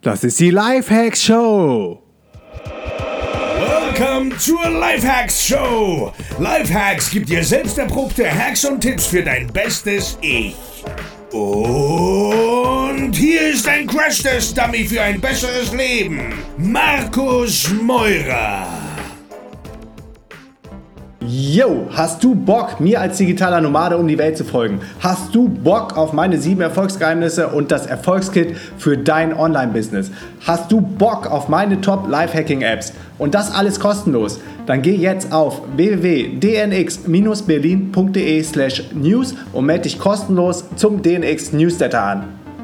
Das ist die Lifehacks Show. Welcome zur Lifehacks Show. Lifehacks gibt dir selbst erprobte Hacks und Tipps für dein bestes Ich. Und hier ist ein Crash-Test-Dummy für ein besseres Leben. Markus Meurer. Yo, hast du Bock, mir als digitaler Nomade um die Welt zu folgen? Hast du Bock auf meine 7 Erfolgsgeheimnisse und das Erfolgskit für dein Online-Business? Hast du Bock auf meine Top-Lifehacking-Apps? Und das alles kostenlos? Dann geh jetzt auf www.dnx-berlin.de/news und melde dich kostenlos zum DNX Newsletter an.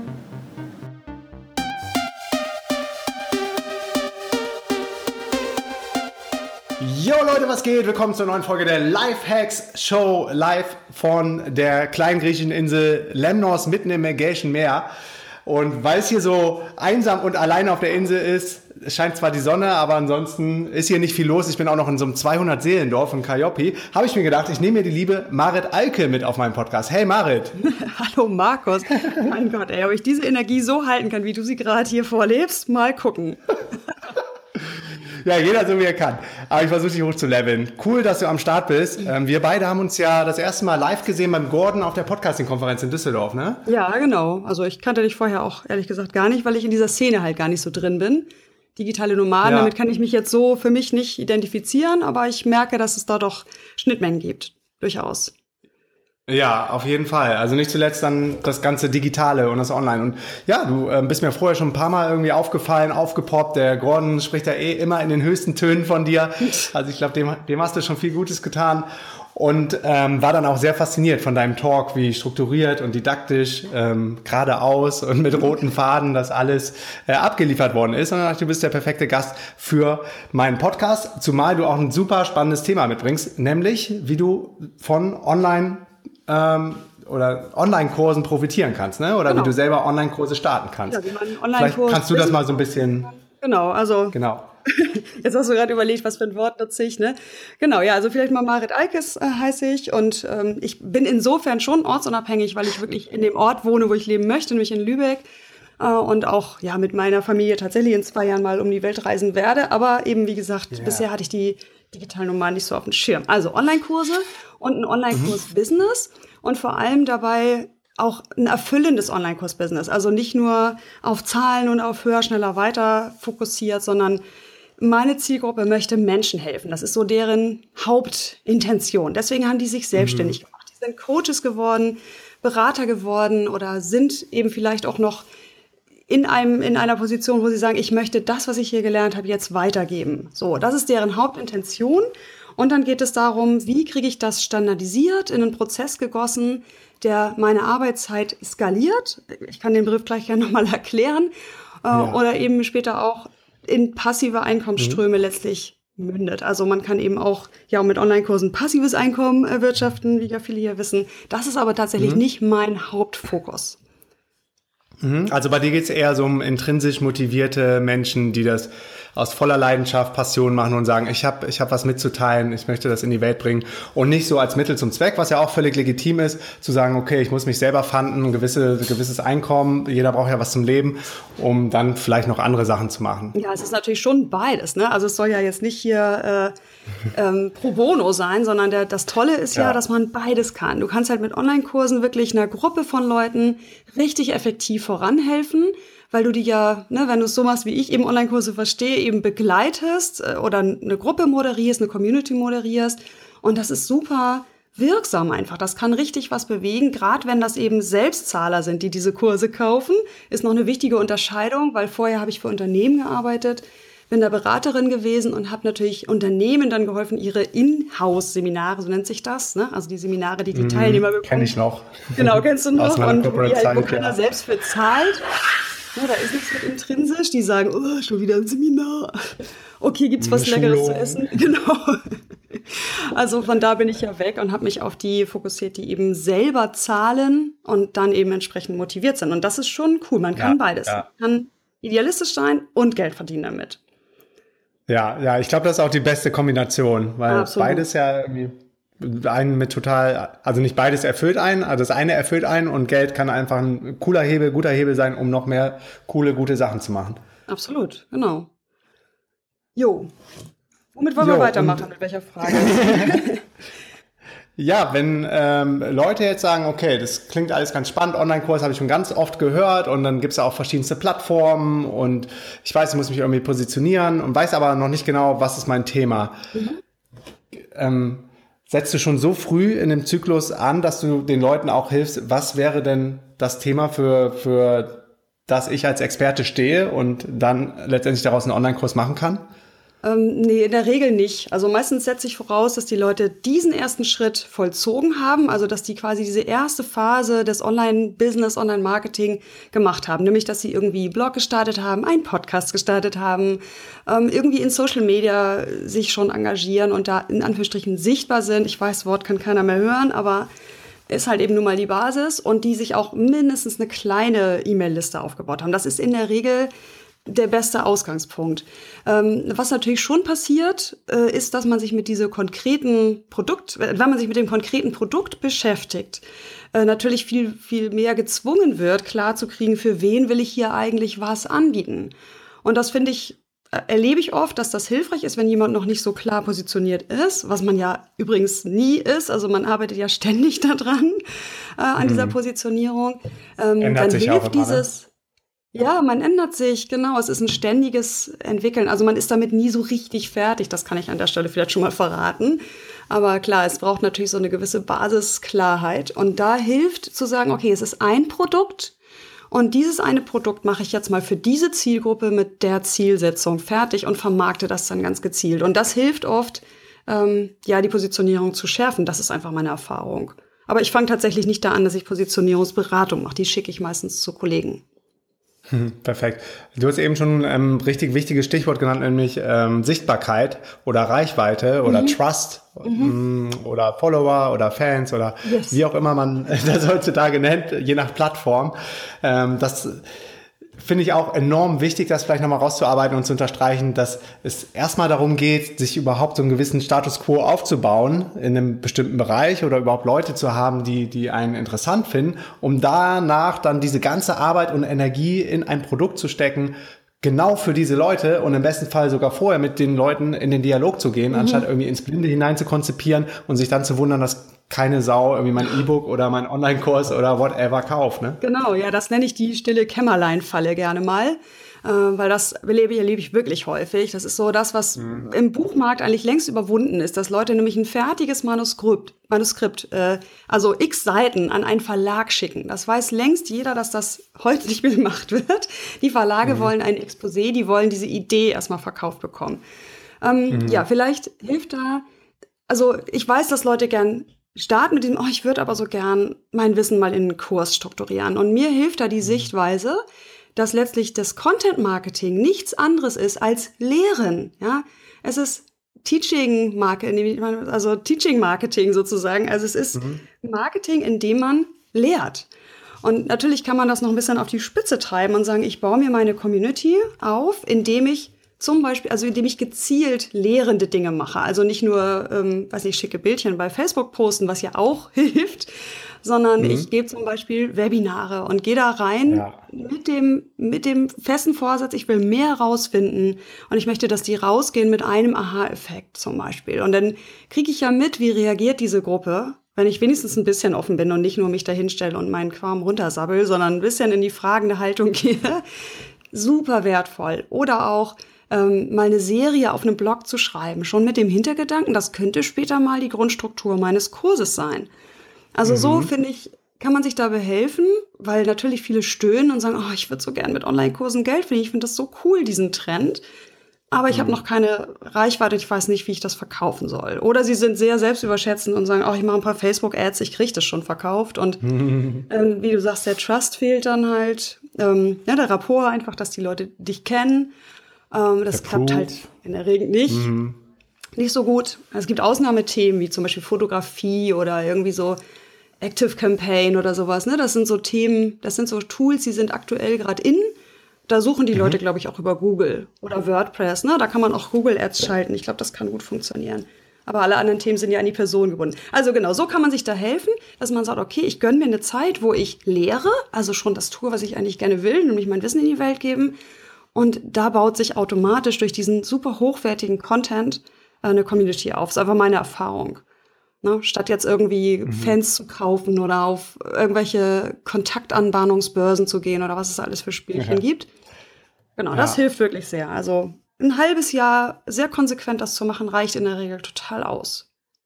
Yo Leute, was geht? Willkommen zur neuen Folge der Lifehacks Show, live von der kleinen griechischen Insel Lemnos mitten im Ägäischen Meer. Und weil es hier so einsam und alleine auf der Insel ist, scheint zwar die Sonne, aber ansonsten ist hier nicht viel los. Ich bin auch noch in so einem 200-Seelendorf in Calliope. Habe ich mir gedacht, ich nehme mir die liebe Marit Alke mit auf meinen Podcast. Hey Marit. Hallo Markus. Mein Gott, ey, ob ich diese Energie so halten kann, wie du sie gerade hier vorlebst, mal gucken. Ja, jeder so wie er kann. Aber ich versuche dich hochzuleveln. Cool, dass du am Start bist. Wir beide haben uns ja das erste Mal live gesehen beim Gordon auf der Podcasting-Konferenz in Düsseldorf, ne? Ja, genau. Also ich kannte dich vorher auch ehrlich gesagt gar nicht, weil ich in dieser Szene halt gar nicht so drin bin. Digitale Nomaden, Ja. damit kann ich mich jetzt so für mich nicht identifizieren, aber ich merke, dass es da doch Schnittmengen gibt. Durchaus. Ja, auf jeden Fall. Also nicht zuletzt dann das ganze Digitale und das Online. Und ja, du bist mir vorher schon ein paar Mal irgendwie aufgefallen, aufgepoppt. Der Gordon spricht ja immer in den höchsten Tönen von dir. Also ich glaube, dem hast du schon viel Gutes getan. Und war dann auch sehr fasziniert von deinem Talk, wie strukturiert und didaktisch, geradeaus und mit roten Faden das alles abgeliefert worden ist. Und dann dachte ich, du bist der perfekte Gast für meinen Podcast, zumal du auch ein super spannendes Thema mitbringst, nämlich wie du von oder Online-Kursen profitieren kannst, ne? Oder genau, wie du selber Online-Kurse starten kannst. Ja, wie man Online-Kurs Vielleicht kannst du das mal so ein bisschen... Genau, also... Genau. Jetzt hast du gerade überlegt, was für ein Wort nutze ich, ne? Genau, ja, also vielleicht mal Marit Alkes heiße ich und ich bin insofern schon ortsunabhängig, weil ich wirklich in dem Ort wohne, wo ich leben möchte, nämlich in Lübeck und auch ja mit meiner Familie tatsächlich in 2 Jahren mal um die Welt reisen werde, aber eben wie gesagt, bisher hatte ich die digitalen Nomaden nicht so auf dem Schirm. Also Online-Kurse und ein Online-Kurs-Business und vor allem dabei auch ein erfüllendes Online-Kurs-Business. Also nicht nur auf Zahlen und auf höher, schneller, weiter fokussiert, sondern meine Zielgruppe möchte Menschen helfen. Das ist so deren Hauptintention. Deswegen haben die sich selbstständig gemacht. Die sind Coaches geworden, Berater geworden oder sind eben vielleicht auch noch in einer Position, wo sie sagen, ich möchte das, was ich hier gelernt habe, jetzt weitergeben. So, das ist deren Hauptintention. Und dann geht es darum, wie kriege ich das standardisiert in einen Prozess gegossen, der meine Arbeitszeit skaliert. Ich kann den Begriff gleich gerne nochmal erklären. Oder eben später auch in passive Einkommensströme letztlich mündet. Also man kann eben auch mit Online-Kursen passives Einkommen erwirtschaften, wie ja viele hier wissen. Das ist aber tatsächlich nicht mein Hauptfokus. Also bei dir geht es eher so um intrinsisch motivierte Menschen, die das aus voller Leidenschaft, Passion machen und sagen, ich hab was mitzuteilen, ich möchte das in die Welt bringen und nicht so als Mittel zum Zweck, was ja auch völlig legitim ist, zu sagen, okay, ich muss mich selber funden, ein gewisses Einkommen, jeder braucht ja was zum Leben, um dann vielleicht noch andere Sachen zu machen. Ja, es ist natürlich schon beides, ne? Also es soll ja jetzt nicht hier pro bono sein, sondern das Tolle ist ja, dass man beides kann. Du kannst halt mit Online-Kursen wirklich einer Gruppe von Leuten richtig effektiv voranhelfen, weil du die ja, ne, wenn du es so machst, wie ich eben Online-Kurse verstehe, eben begleitest oder eine Gruppe moderierst, eine Community moderierst. Und das ist super wirksam einfach. Das kann richtig was bewegen, gerade wenn das eben Selbstzahler sind, die diese Kurse kaufen. Ist noch eine wichtige Unterscheidung, weil vorher habe ich für Unternehmen gearbeitet, bin da Beraterin gewesen und habe natürlich Unternehmen dann geholfen, ihre Inhouse-Seminare, so nennt sich das, ne? Also die Seminare, die Teilnehmer bekommen. Kenn ich noch. Genau, kennst du noch? Und wo keiner ja. selbst für zahlt. Ja, da ist nichts mit intrinsisch. Die sagen, oh, schon wieder ein Seminar. Okay, gibt's was Leckeres zu essen? Genau. Also von da bin ich ja weg und habe mich auf die fokussiert, die eben selber zahlen und dann eben entsprechend motiviert sind. Und das ist schon cool. Man kann beides. Man kann idealistisch sein und Geld verdienen damit. Ja, ich glaube, das ist auch die beste Kombination, weil beides ja irgendwie einen mit total, also nicht beides erfüllt einen, also das eine erfüllt einen und Geld kann einfach ein cooler Hebel, guter Hebel sein, um noch mehr coole, gute Sachen zu machen. Absolut, genau. Jo. Womit wollen wir weitermachen? Mit welcher Frage? Ja, wenn Leute jetzt sagen, okay, das klingt alles ganz spannend, Online-Kurs habe ich schon ganz oft gehört und dann gibt's ja auch verschiedenste Plattformen und ich weiß, ich muss mich irgendwie positionieren und weiß aber noch nicht genau, was ist mein Thema. Setzt du schon so früh in dem Zyklus an, dass du den Leuten auch hilfst, was wäre denn das Thema für das ich als Experte stehe und dann letztendlich daraus einen Online-Kurs machen kann? Nee, in der Regel nicht. Also meistens setze ich voraus, dass die Leute diesen ersten Schritt vollzogen haben, also dass die quasi diese erste Phase des Online-Business, Online-Marketing gemacht haben, nämlich dass sie irgendwie einen Blog gestartet haben, einen Podcast gestartet haben, irgendwie in Social Media sich schon engagieren und da in Anführungsstrichen sichtbar sind. Ich weiß, das Wort kann keiner mehr hören, aber ist halt eben nun mal die Basis und die sich auch mindestens eine kleine E-Mail-Liste aufgebaut haben. Das ist in der Regel der beste Ausgangspunkt. Was natürlich schon passiert, ist, dass man sich mit diesem konkreten Produkt, wenn man sich mit dem konkreten Produkt beschäftigt, natürlich viel, viel mehr gezwungen wird, klarzukriegen, für wen will ich hier eigentlich was anbieten. Und das erlebe ich oft, dass das hilfreich ist, wenn jemand noch nicht so klar positioniert ist, was man ja übrigens nie ist. Also man arbeitet ja ständig daran, an dieser Positionierung. Ändert sich auch immer, ne? Ja, man ändert sich, genau. Es ist ein ständiges Entwickeln. Also man ist damit nie so richtig fertig. Das kann ich an der Stelle vielleicht schon mal verraten. Aber klar, es braucht natürlich so eine gewisse Basisklarheit. Und da hilft zu sagen, okay, es ist ein Produkt. Und dieses eine Produkt mache ich jetzt mal für diese Zielgruppe mit der Zielsetzung fertig und vermarkte das dann ganz gezielt. Und das hilft oft, die Positionierung zu schärfen. Das ist einfach meine Erfahrung. Aber ich fange tatsächlich nicht da an, dass ich Positionierungsberatung mache. Die schicke ich meistens zu Kollegen. Perfekt. Du hast eben schon ein richtig wichtiges Stichwort genannt, nämlich Sichtbarkeit oder Reichweite oder Trust oder Follower oder Fans oder wie auch immer man das heutzutage nennt, je nach Plattform. Das finde ich auch enorm wichtig, das vielleicht nochmal rauszuarbeiten und zu unterstreichen, dass es erstmal darum geht, sich überhaupt so einen gewissen Status quo aufzubauen in einem bestimmten Bereich oder überhaupt Leute zu haben, die einen interessant finden, um danach dann diese ganze Arbeit und Energie in ein Produkt zu stecken, genau für diese Leute und im besten Fall sogar vorher mit den Leuten in den Dialog zu gehen, anstatt irgendwie ins Blinde hinein zu konzipieren und sich dann zu wundern, dass keine Sau irgendwie mein E-Book oder mein Online-Kurs oder whatever kauft, ne? Genau, ja, das nenne ich die stille Kämmerlein-Falle gerne mal, weil das erlebe ich wirklich häufig. Das ist so das, was im Buchmarkt eigentlich längst überwunden ist, dass Leute nämlich ein fertiges Manuskript, also x Seiten an einen Verlag schicken. Das weiß längst jeder, dass das heute nicht mehr gemacht wird. Die Verlage wollen ein Exposé, die wollen diese Idee erstmal verkauft bekommen. Ja, vielleicht hilft da, also ich weiß, dass Leute gern starten mit dem, ich würde aber so gern mein Wissen mal in einen Kurs strukturieren. Und mir hilft da die Sichtweise, dass letztlich das Content-Marketing nichts anderes ist als Lehren. Ja, es ist Teaching Marketing sozusagen. Also es ist Marketing, in dem man lehrt. Und natürlich kann man das noch ein bisschen auf die Spitze treiben und sagen, ich baue mir meine Community auf, indem ich zum Beispiel, also indem ich gezielt lehrende Dinge mache. Also nicht nur, schicke Bildchen bei Facebook posten, was ja auch hilft, sondern ich gebe zum Beispiel Webinare und gehe da rein mit dem festen Vorsatz, ich will mehr rausfinden und ich möchte, dass die rausgehen mit einem Aha-Effekt zum Beispiel. Und dann kriege ich ja mit, wie reagiert diese Gruppe, wenn ich wenigstens ein bisschen offen bin und nicht nur mich da hinstelle und meinen Kram runtersabbel, sondern ein bisschen in die fragende Haltung gehe. Super wertvoll. Oder auch mal eine Serie auf einem Blog zu schreiben, schon mit dem Hintergedanken, das könnte später mal die Grundstruktur meines Kurses sein. Also so, finde ich, kann man sich da behelfen, weil natürlich viele stöhnen und sagen, ich würde so gern mit Online-Kursen Geld verdienen. Ich finde das so cool, diesen Trend. Aber ich habe noch keine Reichweite, ich weiß nicht, wie ich das verkaufen soll. Oder sie sind sehr selbstüberschätzend und sagen, ich mache ein paar Facebook-Ads, ich kriege das schon verkauft. Und wie du sagst, der Trust fehlt dann halt. Der Rapport einfach, dass die Leute dich kennen. Das klappt halt in der Regel nicht so gut. Es gibt Ausnahmethemen, wie zum Beispiel Fotografie oder irgendwie so Active Campaign oder sowas. Ne? Das sind so Themen, das sind so Tools, die sind aktuell gerade in. Da suchen die Leute, glaube ich, auch über Google oder WordPress. Ne? Da kann man auch Google Ads schalten. Ich glaube, das kann gut funktionieren. aber alle anderen Themen sind ja an die Person gebunden. Also genau, so kann man sich da helfen, dass man sagt, okay, ich gönne mir eine Zeit, wo ich lehre, also schon das tue, was ich eigentlich gerne will, nämlich mein Wissen in die Welt geben. Und da baut sich automatisch durch diesen super hochwertigen Content eine Community auf. Das ist einfach meine Erfahrung. Ne? Statt jetzt irgendwie Fans zu kaufen oder auf irgendwelche Kontaktanbahnungsbörsen zu gehen oder was es alles für Spielchen gibt. Genau, das hilft wirklich sehr. Also ein halbes Jahr sehr konsequent das zu machen, reicht in der Regel total aus.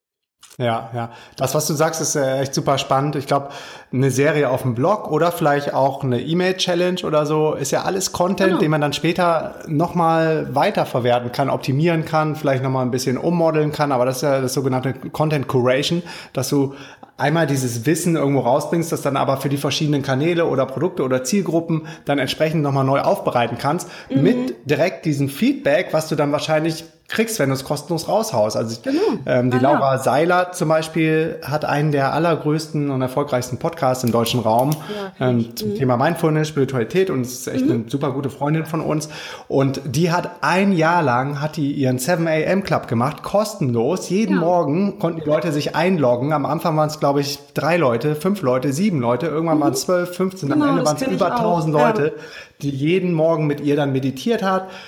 Ja. Das, was du sagst, ist echt super spannend. Ich glaube, eine Serie auf dem Blog oder vielleicht auch eine E-Mail-Challenge oder so, ist ja alles Content, den man dann später nochmal weiterverwerten kann, optimieren kann, vielleicht nochmal ein bisschen ummodeln kann. Aber das ist ja das sogenannte Content Curation, dass du einmal dieses Wissen irgendwo rausbringst, das dann aber für die verschiedenen Kanäle oder Produkte oder Zielgruppen dann entsprechend nochmal neu aufbereiten kannst, mit direkt diesem Feedback, was du dann wahrscheinlich kriegst, wenn du es kostenlos raushaust. Also die Laura Seiler zum Beispiel hat einen der allergrößten und erfolgreichsten Podcasts im deutschen Raum zum Thema Mindfulness, Spiritualität, und es ist echt eine super gute Freundin von uns. Und die hat ein Jahr lang ihren 7 AM Club gemacht, kostenlos. Jeden Morgen konnten die Leute sich einloggen. Am Anfang waren es, glaube ich, 3 Leute, 5 Leute, 7 Leute. Irgendwann waren es 12, 15. Am Ende waren es über 1000 Leute, die jeden Morgen mit ihr dann meditiert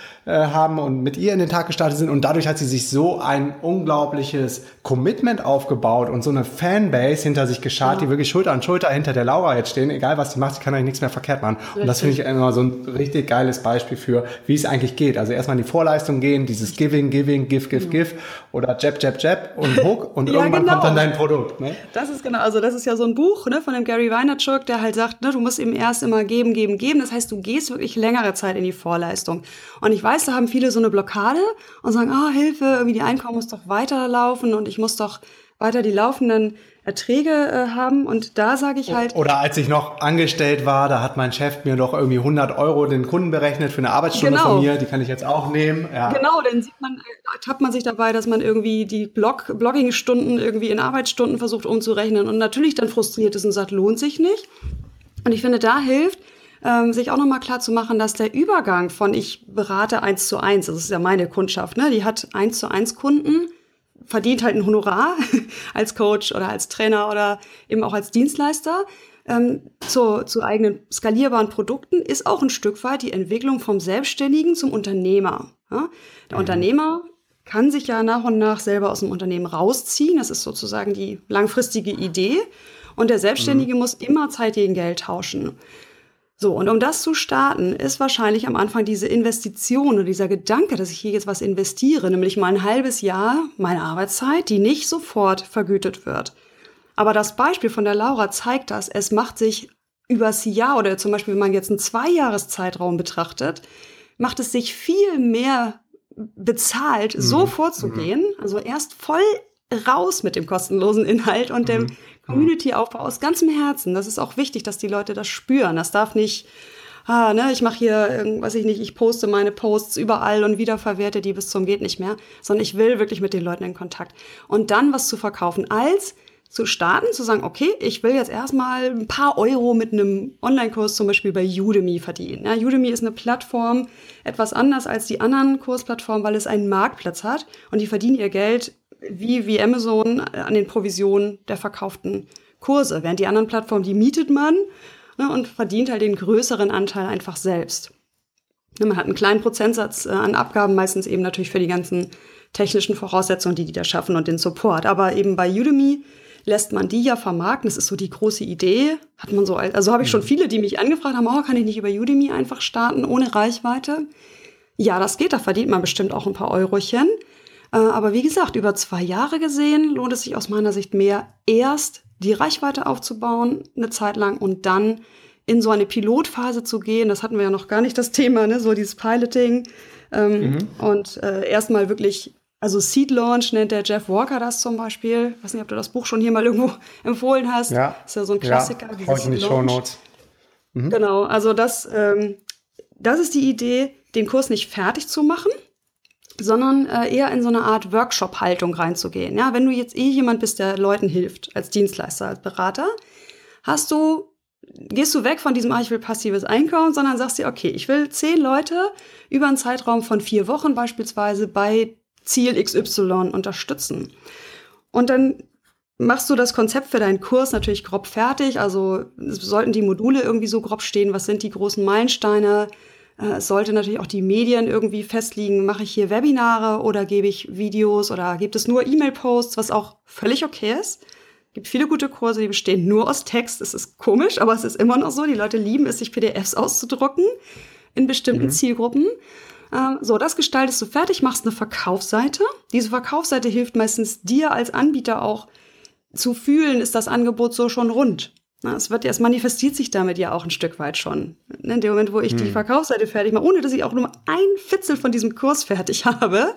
haben und mit ihr in den Tag gestartet sind, und dadurch hat sie sich so ein unglaubliches Commitment aufgebaut und so eine Fanbase hinter sich geschart, die wirklich Schulter an Schulter hinter der Laura jetzt stehen, egal was sie macht, sie kann eigentlich nichts mehr verkehrt machen. Und das finde ich immer so ein richtig geiles Beispiel für, wie es eigentlich geht. Also erstmal in die Vorleistung gehen, dieses Giving, give oder Jab und Hook und irgendwann kommt dann dein Produkt. Ne? Das ist das ist ja so ein Buch, ne, von dem Gary Vaynerchuk, der halt sagt, ne, du musst eben erst immer geben. Das heißt, du gehst wirklich längere Zeit in die Vorleistung. Und ich weiß, da haben viele so eine Blockade und sagen, Hilfe, irgendwie die Einkommen muss doch weiterlaufen und ich muss doch weiter die laufenden Erträge haben. Und da sage ich halt... Oder als ich noch angestellt war, da hat mein Chef mir doch irgendwie 100 € den Kunden berechnet für eine Arbeitsstunde von mir. Die kann ich jetzt auch nehmen. Ja. Genau, dann ertappt man sich dabei, dass man irgendwie die Blogging-Stunden irgendwie in Arbeitsstunden versucht umzurechnen und natürlich dann frustriert ist und sagt, lohnt sich nicht. Und ich finde, da hilft, sich auch nochmal klar zu machen, dass der Übergang von ich berate 1:1, das ist ja meine Kundschaft, ne, die hat 1:1 Kunden, verdient halt ein Honorar als Coach oder als Trainer oder eben auch als Dienstleister, zu eigenen skalierbaren Produkten, ist auch ein Stück weit die Entwicklung vom Selbstständigen zum Unternehmer. Ja? Der Unternehmer kann sich ja nach und nach selber aus dem Unternehmen rausziehen, das ist sozusagen die langfristige Idee, und der Selbstständige muss immer Zeit gegen Geld tauschen. So, und um das zu starten, ist wahrscheinlich am Anfang diese Investition und dieser Gedanke, dass ich hier jetzt was investiere, nämlich mal ein halbes Jahr meine Arbeitszeit, die nicht sofort vergütet wird. Aber das Beispiel von der Laura zeigt das, es macht sich übers Jahr, oder zum Beispiel, wenn man jetzt einen 2-Jahres-Zeitraum betrachtet, macht es sich viel mehr bezahlt, so vorzugehen, also erst voll raus mit dem kostenlosen Inhalt und dem Community-Aufbau aus ganzem Herzen. Das ist auch wichtig, dass die Leute das spüren. Das darf nicht, ich mache hier, ich poste meine Posts überall und wiederverwerte die bis zum geht nicht mehr, sondern ich will wirklich mit den Leuten in Kontakt. Und dann was zu verkaufen, als zu starten, zu sagen, okay, ich will jetzt erstmal ein paar Euro mit einem Online-Kurs zum Beispiel bei Udemy verdienen. Ja, Udemy ist eine Plattform, etwas anders als die anderen Kursplattformen, weil es einen Marktplatz hat und die verdienen ihr Geld wie Amazon an den Provisionen der verkauften Kurse. Während die anderen Plattformen, die mietet man, ne, und verdient halt den größeren Anteil einfach selbst. Ja, man hat einen kleinen Prozentsatz an Abgaben, meistens eben natürlich für die ganzen technischen Voraussetzungen, die da schaffen und den Support. Aber eben bei Udemy lässt man die ja vermarkten. Das ist so die große Idee. Hat man so, also habe ich schon viele, die mich angefragt haben, kann ich nicht über Udemy einfach starten, ohne Reichweite? Ja, das geht, da verdient man bestimmt auch ein paar Eurochen. Aber wie gesagt, über 2 Jahre gesehen lohnt es sich aus meiner Sicht mehr, erst die Reichweite aufzubauen, eine Zeit lang, und dann in so eine Pilotphase zu gehen. Das hatten wir ja noch gar nicht, das Thema, ne? So dieses Piloting. Und erstmal wirklich, also Seed Launch nennt der Jeff Walker das zum Beispiel. Ich weiß nicht, ob du das Buch schon hier mal irgendwo empfohlen hast. Ja. Ist ja so ein Klassiker. Ja, in die Shownotes. Genau, also das ist die Idee, den Kurs nicht fertig zu machen, sondern eher in so eine Art Workshop-Haltung reinzugehen. Ja, wenn du jetzt jemand bist, der Leuten hilft, als Dienstleister, als Berater, gehst du weg von diesem, ich will passives Einkommen, sondern sagst dir, okay, ich will 10 Leute über einen Zeitraum von 4 Wochen beispielsweise bei Ziel XY unterstützen. Und dann machst du das Konzept für deinen Kurs natürlich grob fertig. Also sollten die Module irgendwie so grob stehen, was sind die großen Meilensteine? Es sollte natürlich auch die Medien irgendwie festliegen. Mache ich hier Webinare oder gebe ich Videos oder gibt es nur E-Mail-Posts, was auch völlig okay ist. Es gibt viele gute Kurse, die bestehen nur aus Text. Es ist komisch, aber es ist immer noch so. Die Leute lieben es, sich PDFs auszudrucken in bestimmten Zielgruppen. So, das gestaltest du fertig, machst eine Verkaufsseite. Diese Verkaufsseite hilft meistens dir als Anbieter auch zu fühlen, ist das Angebot so schon rund. Es manifestiert sich damit ja auch ein Stück weit schon. In dem Moment, wo ich die Verkaufsseite fertig mache, ohne dass ich auch nur ein Fitzel von diesem Kurs fertig habe,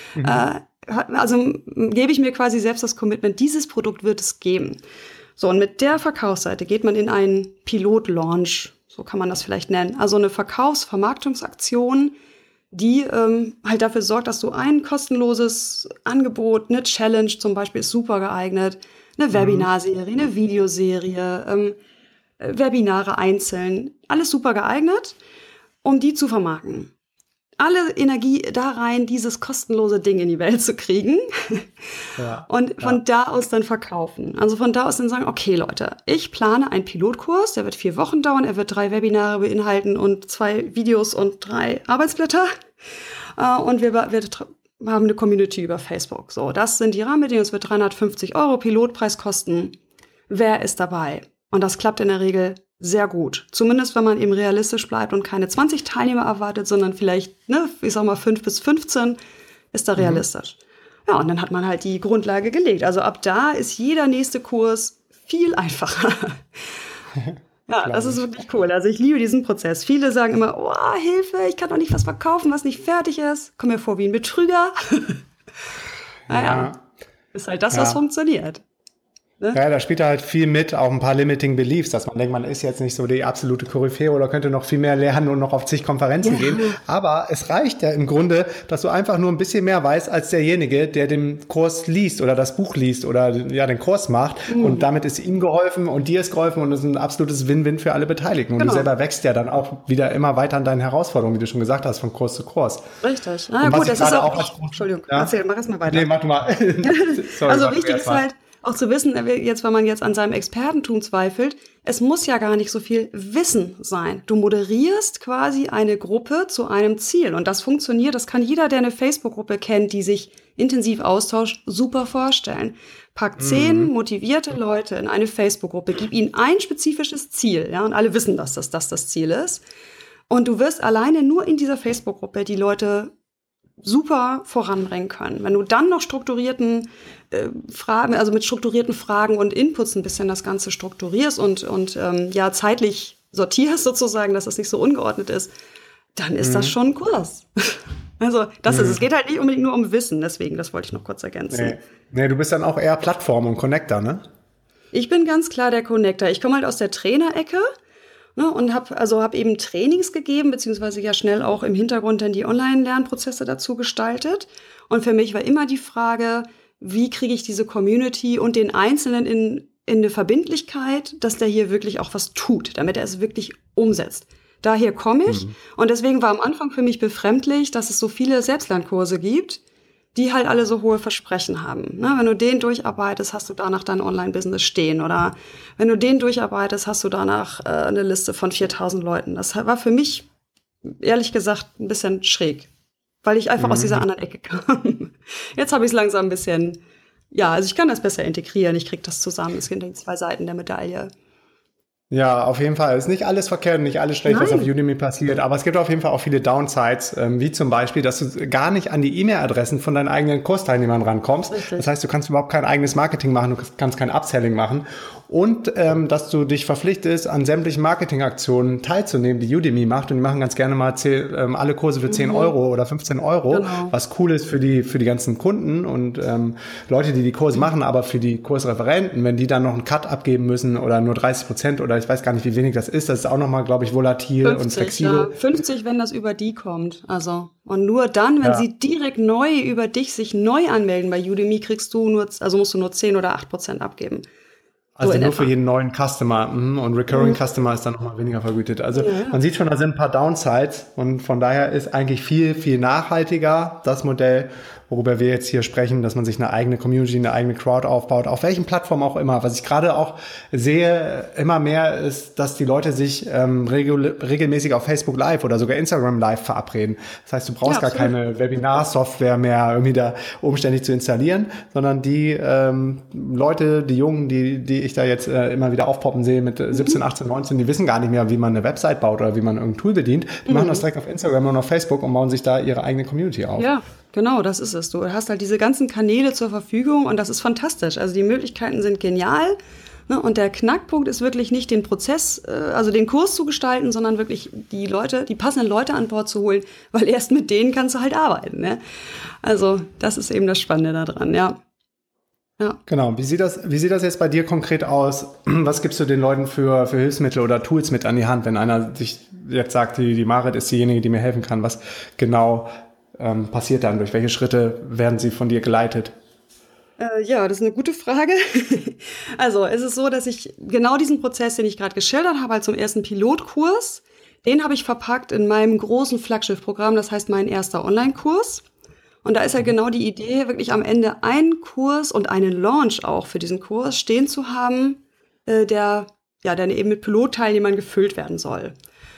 gebe ich mir quasi selbst das Commitment, dieses Produkt wird es geben. So, und mit der Verkaufsseite geht man in einen Pilot-Launch, so kann man das vielleicht nennen. Also eine Verkaufsvermarktungsaktion, die halt dafür sorgt, dass du ein kostenloses Angebot, eine Challenge zum Beispiel ist super geeignet, eine Webinarserie, eine Videoserie, Webinare einzeln, alles super geeignet, um die zu vermarkten. Alle Energie da rein, dieses kostenlose Ding in die Welt zu kriegen und von da aus dann verkaufen. Also von da aus dann sagen, okay Leute, ich plane einen Pilotkurs, der wird 4 Wochen dauern, er wird 3 Webinare beinhalten und 2 Videos und 3 Arbeitsblätter. Und wir haben eine Community über Facebook. So, das sind die Rahmenbedingungen, es wird 350 € Pilotpreis kosten. Wer ist dabei? Und das klappt in der Regel sehr gut. Zumindest, wenn man eben realistisch bleibt und keine 20 Teilnehmer erwartet, sondern vielleicht, 5 bis 15, ist da realistisch. Ja, und dann hat man halt die Grundlage gelegt. Also ab da ist jeder nächste Kurs viel einfacher. Ja, das ist wirklich cool. Also ich liebe diesen Prozess. Viele sagen immer, oh, Hilfe, ich kann doch nicht was verkaufen, was nicht fertig ist. Komm mir vor wie ein Betrüger. Naja, ist halt das, was funktioniert. Ne? Ja, da spielt halt viel mit, auch ein paar Limiting Beliefs, dass man denkt, man ist jetzt nicht so die absolute Koryphäe oder könnte noch viel mehr lernen und noch auf zig Konferenzen gehen. Aber es reicht ja im Grunde, dass du einfach nur ein bisschen mehr weißt als derjenige, der den Kurs liest oder das Buch liest oder den Kurs macht. Und damit ist ihm geholfen und dir ist geholfen und es ist ein absolutes Win-Win für alle Beteiligten. Und du selber wächst ja dann auch wieder immer weiter an deinen Herausforderungen, wie du schon gesagt hast, von Kurs zu Kurs. Richtig. Na gut, das ist auch Entschuldigung, erzähl, mach erst mal weiter. Nee, mach du mal. Sorry, also wichtig ist halt, auch zu wissen, wenn man jetzt an seinem Expertentum zweifelt, es muss ja gar nicht so viel Wissen sein. Du moderierst quasi eine Gruppe zu einem Ziel. Und das funktioniert, das kann jeder, der eine Facebook-Gruppe kennt, die sich intensiv austauscht, super vorstellen. Pack 10 motivierte Leute in eine Facebook-Gruppe, gib ihnen ein spezifisches Ziel, und alle wissen, dass das Ziel ist. Und du wirst alleine nur in dieser Facebook-Gruppe die Leute super voranbringen können. Wenn du dann noch strukturierten Fragen, also mit strukturierten Fragen und Inputs ein bisschen das Ganze strukturierst und zeitlich sortierst sozusagen, dass es nicht so ungeordnet ist, dann ist das schon ein Kurs. Also das ist, es geht halt nicht unbedingt nur um Wissen, deswegen, das wollte ich noch kurz ergänzen. Nee, du bist dann auch eher Plattform und Connector, ne? Ich bin ganz klar der Connector. Ich komme halt aus der Trainerecke. Und hab eben Trainings gegeben, beziehungsweise ja schnell auch im Hintergrund dann die Online-Lernprozesse dazu gestaltet. Und für mich war immer die Frage, wie kriege ich diese Community und den Einzelnen in eine Verbindlichkeit, dass der hier wirklich auch was tut, damit er es wirklich umsetzt. Daher komme ich. Und deswegen war am Anfang für mich befremdlich, dass es so viele Selbstlernkurse gibt, die halt alle so hohe Versprechen haben. Wenn du den durcharbeitest, hast du danach dein Online-Business stehen. Oder wenn du den durcharbeitest, hast du danach eine Liste von 4.000 Leuten. Das war für mich, ehrlich gesagt, ein bisschen schräg, weil ich einfach aus dieser anderen Ecke kam. Jetzt habe ich es langsam ein bisschen, also ich kann das besser integrieren. Ich kriege das zusammen. Es sind die 2 Seiten der Medaille. Ja, auf jeden Fall. Es ist nicht alles verkehrt, nicht alles schlecht, was auf Udemy passiert, aber es gibt auf jeden Fall auch viele Downsides, wie zum Beispiel, dass du gar nicht an die E-Mail-Adressen von deinen eigenen Kursteilnehmern rankommst. Richtig. Das heißt, du kannst überhaupt kein eigenes Marketing machen, du kannst kein Upselling machen und dass du dich verpflichtest, an sämtlichen Marketingaktionen teilzunehmen, die Udemy macht, und die machen ganz gerne mal alle Kurse für 10 € oder 15 €, was cool ist für die ganzen Kunden und Leute, die Kurse machen, aber für die Kursreferenten, wenn die dann noch einen Cut abgeben müssen oder nur 30% oder ich weiß gar nicht, wie wenig das ist auch nochmal, glaube ich, volatil 50, und flexibel. 50, wenn das über die kommt. Also, und nur dann, wenn sie direkt neu über dich sich neu anmelden bei Udemy, musst du nur 10 oder 8% abgeben. Also so nur für jeden neuen Customer. Und Recurring Customer ist dann nochmal weniger vergütet. Also man sieht schon, da sind ein paar Downsides und von daher ist eigentlich viel, viel nachhaltiger das Modell, worüber wir jetzt hier sprechen, dass man sich eine eigene Community, eine eigene Crowd aufbaut, auf welchen Plattformen auch immer. Was ich gerade auch sehe, immer mehr ist, dass die Leute sich regelmäßig auf Facebook Live oder sogar Instagram Live verabreden. Das heißt, du brauchst gar keine Webinar-Software mehr irgendwie da umständlich zu installieren, sondern die Leute, die Jungen, die ich da jetzt immer wieder aufpoppen sehe mit 17, 18, 19, die wissen gar nicht mehr, wie man eine Website baut oder wie man irgendein Tool bedient. Die machen das direkt auf Instagram und auf Facebook und bauen sich da ihre eigene Community auf. Ja. Genau, das ist es. Du hast halt diese ganzen Kanäle zur Verfügung und das ist fantastisch. Also die Möglichkeiten sind genial, ne? Und der Knackpunkt ist wirklich nicht den Prozess, also den Kurs zu gestalten, sondern wirklich die passenden Leute an Bord zu holen, weil erst mit denen kannst du halt arbeiten. Ne? Also das ist eben das Spannende daran, ja. Genau. Wie sieht das jetzt bei dir konkret aus? Was gibst du den Leuten für Hilfsmittel oder Tools mit an die Hand, wenn einer sich jetzt sagt, die Marit ist diejenige, die mir helfen kann? Was genau passiert dann? Durch welche Schritte werden sie von dir geleitet? Ja, das ist eine gute Frage. Also es ist so, dass ich genau diesen Prozess, den ich gerade geschildert habe, als zum ersten Pilotkurs, den habe ich verpackt in meinem großen Flaggschiff-Programm, das heißt mein erster Online-Kurs. Und da ist halt genau die Idee, wirklich am Ende einen Kurs und einen Launch auch für diesen Kurs stehen zu haben, der eben mit Pilotteilnehmern gefüllt werden soll.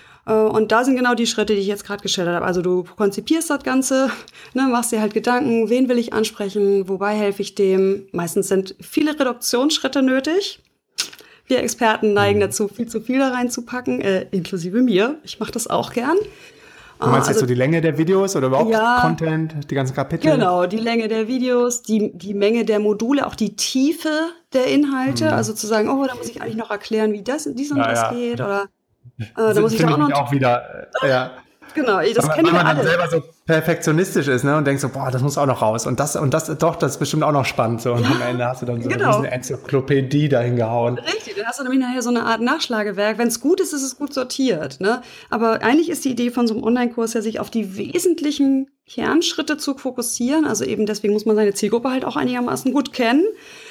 Und da sind genau die Schritte, die ich jetzt gerade geschildert habe. Also du konzipierst das Ganze, ne, machst dir halt Gedanken, wen will ich ansprechen, wobei helfe ich dem. Meistens sind viele Reduktionsschritte nötig. Wir Experten neigen dazu, viel zu viel da reinzupacken, inklusive mir. Ich mache das auch gern. Du meinst jetzt so die Länge der Videos oder überhaupt Content, die ganzen Kapitel? Genau, die Länge der Videos, die Menge der Module, auch die Tiefe der Inhalte. Also zu sagen, da muss ich eigentlich noch erklären, wie dies und das geht oder da muss ich dann auch wieder, Genau, das kennen wir alle. Wenn man alle. dann selber so perfektionistisch ist, ne, und denkt so, das muss auch noch raus. Und das ist bestimmt auch noch spannend. So. Und am Ende hast du dann so eine Enzyklopädie dahin gehauen. Richtig, dann hast du nämlich nachher so eine Art Nachschlagewerk. Wenn es gut ist, ist es gut sortiert. Ne? Aber eigentlich ist die Idee von so einem Online-Kurs ja, sich auf die wesentlichen Kernschritte zu fokussieren. Also eben deswegen muss man seine Zielgruppe halt auch einigermaßen gut kennen.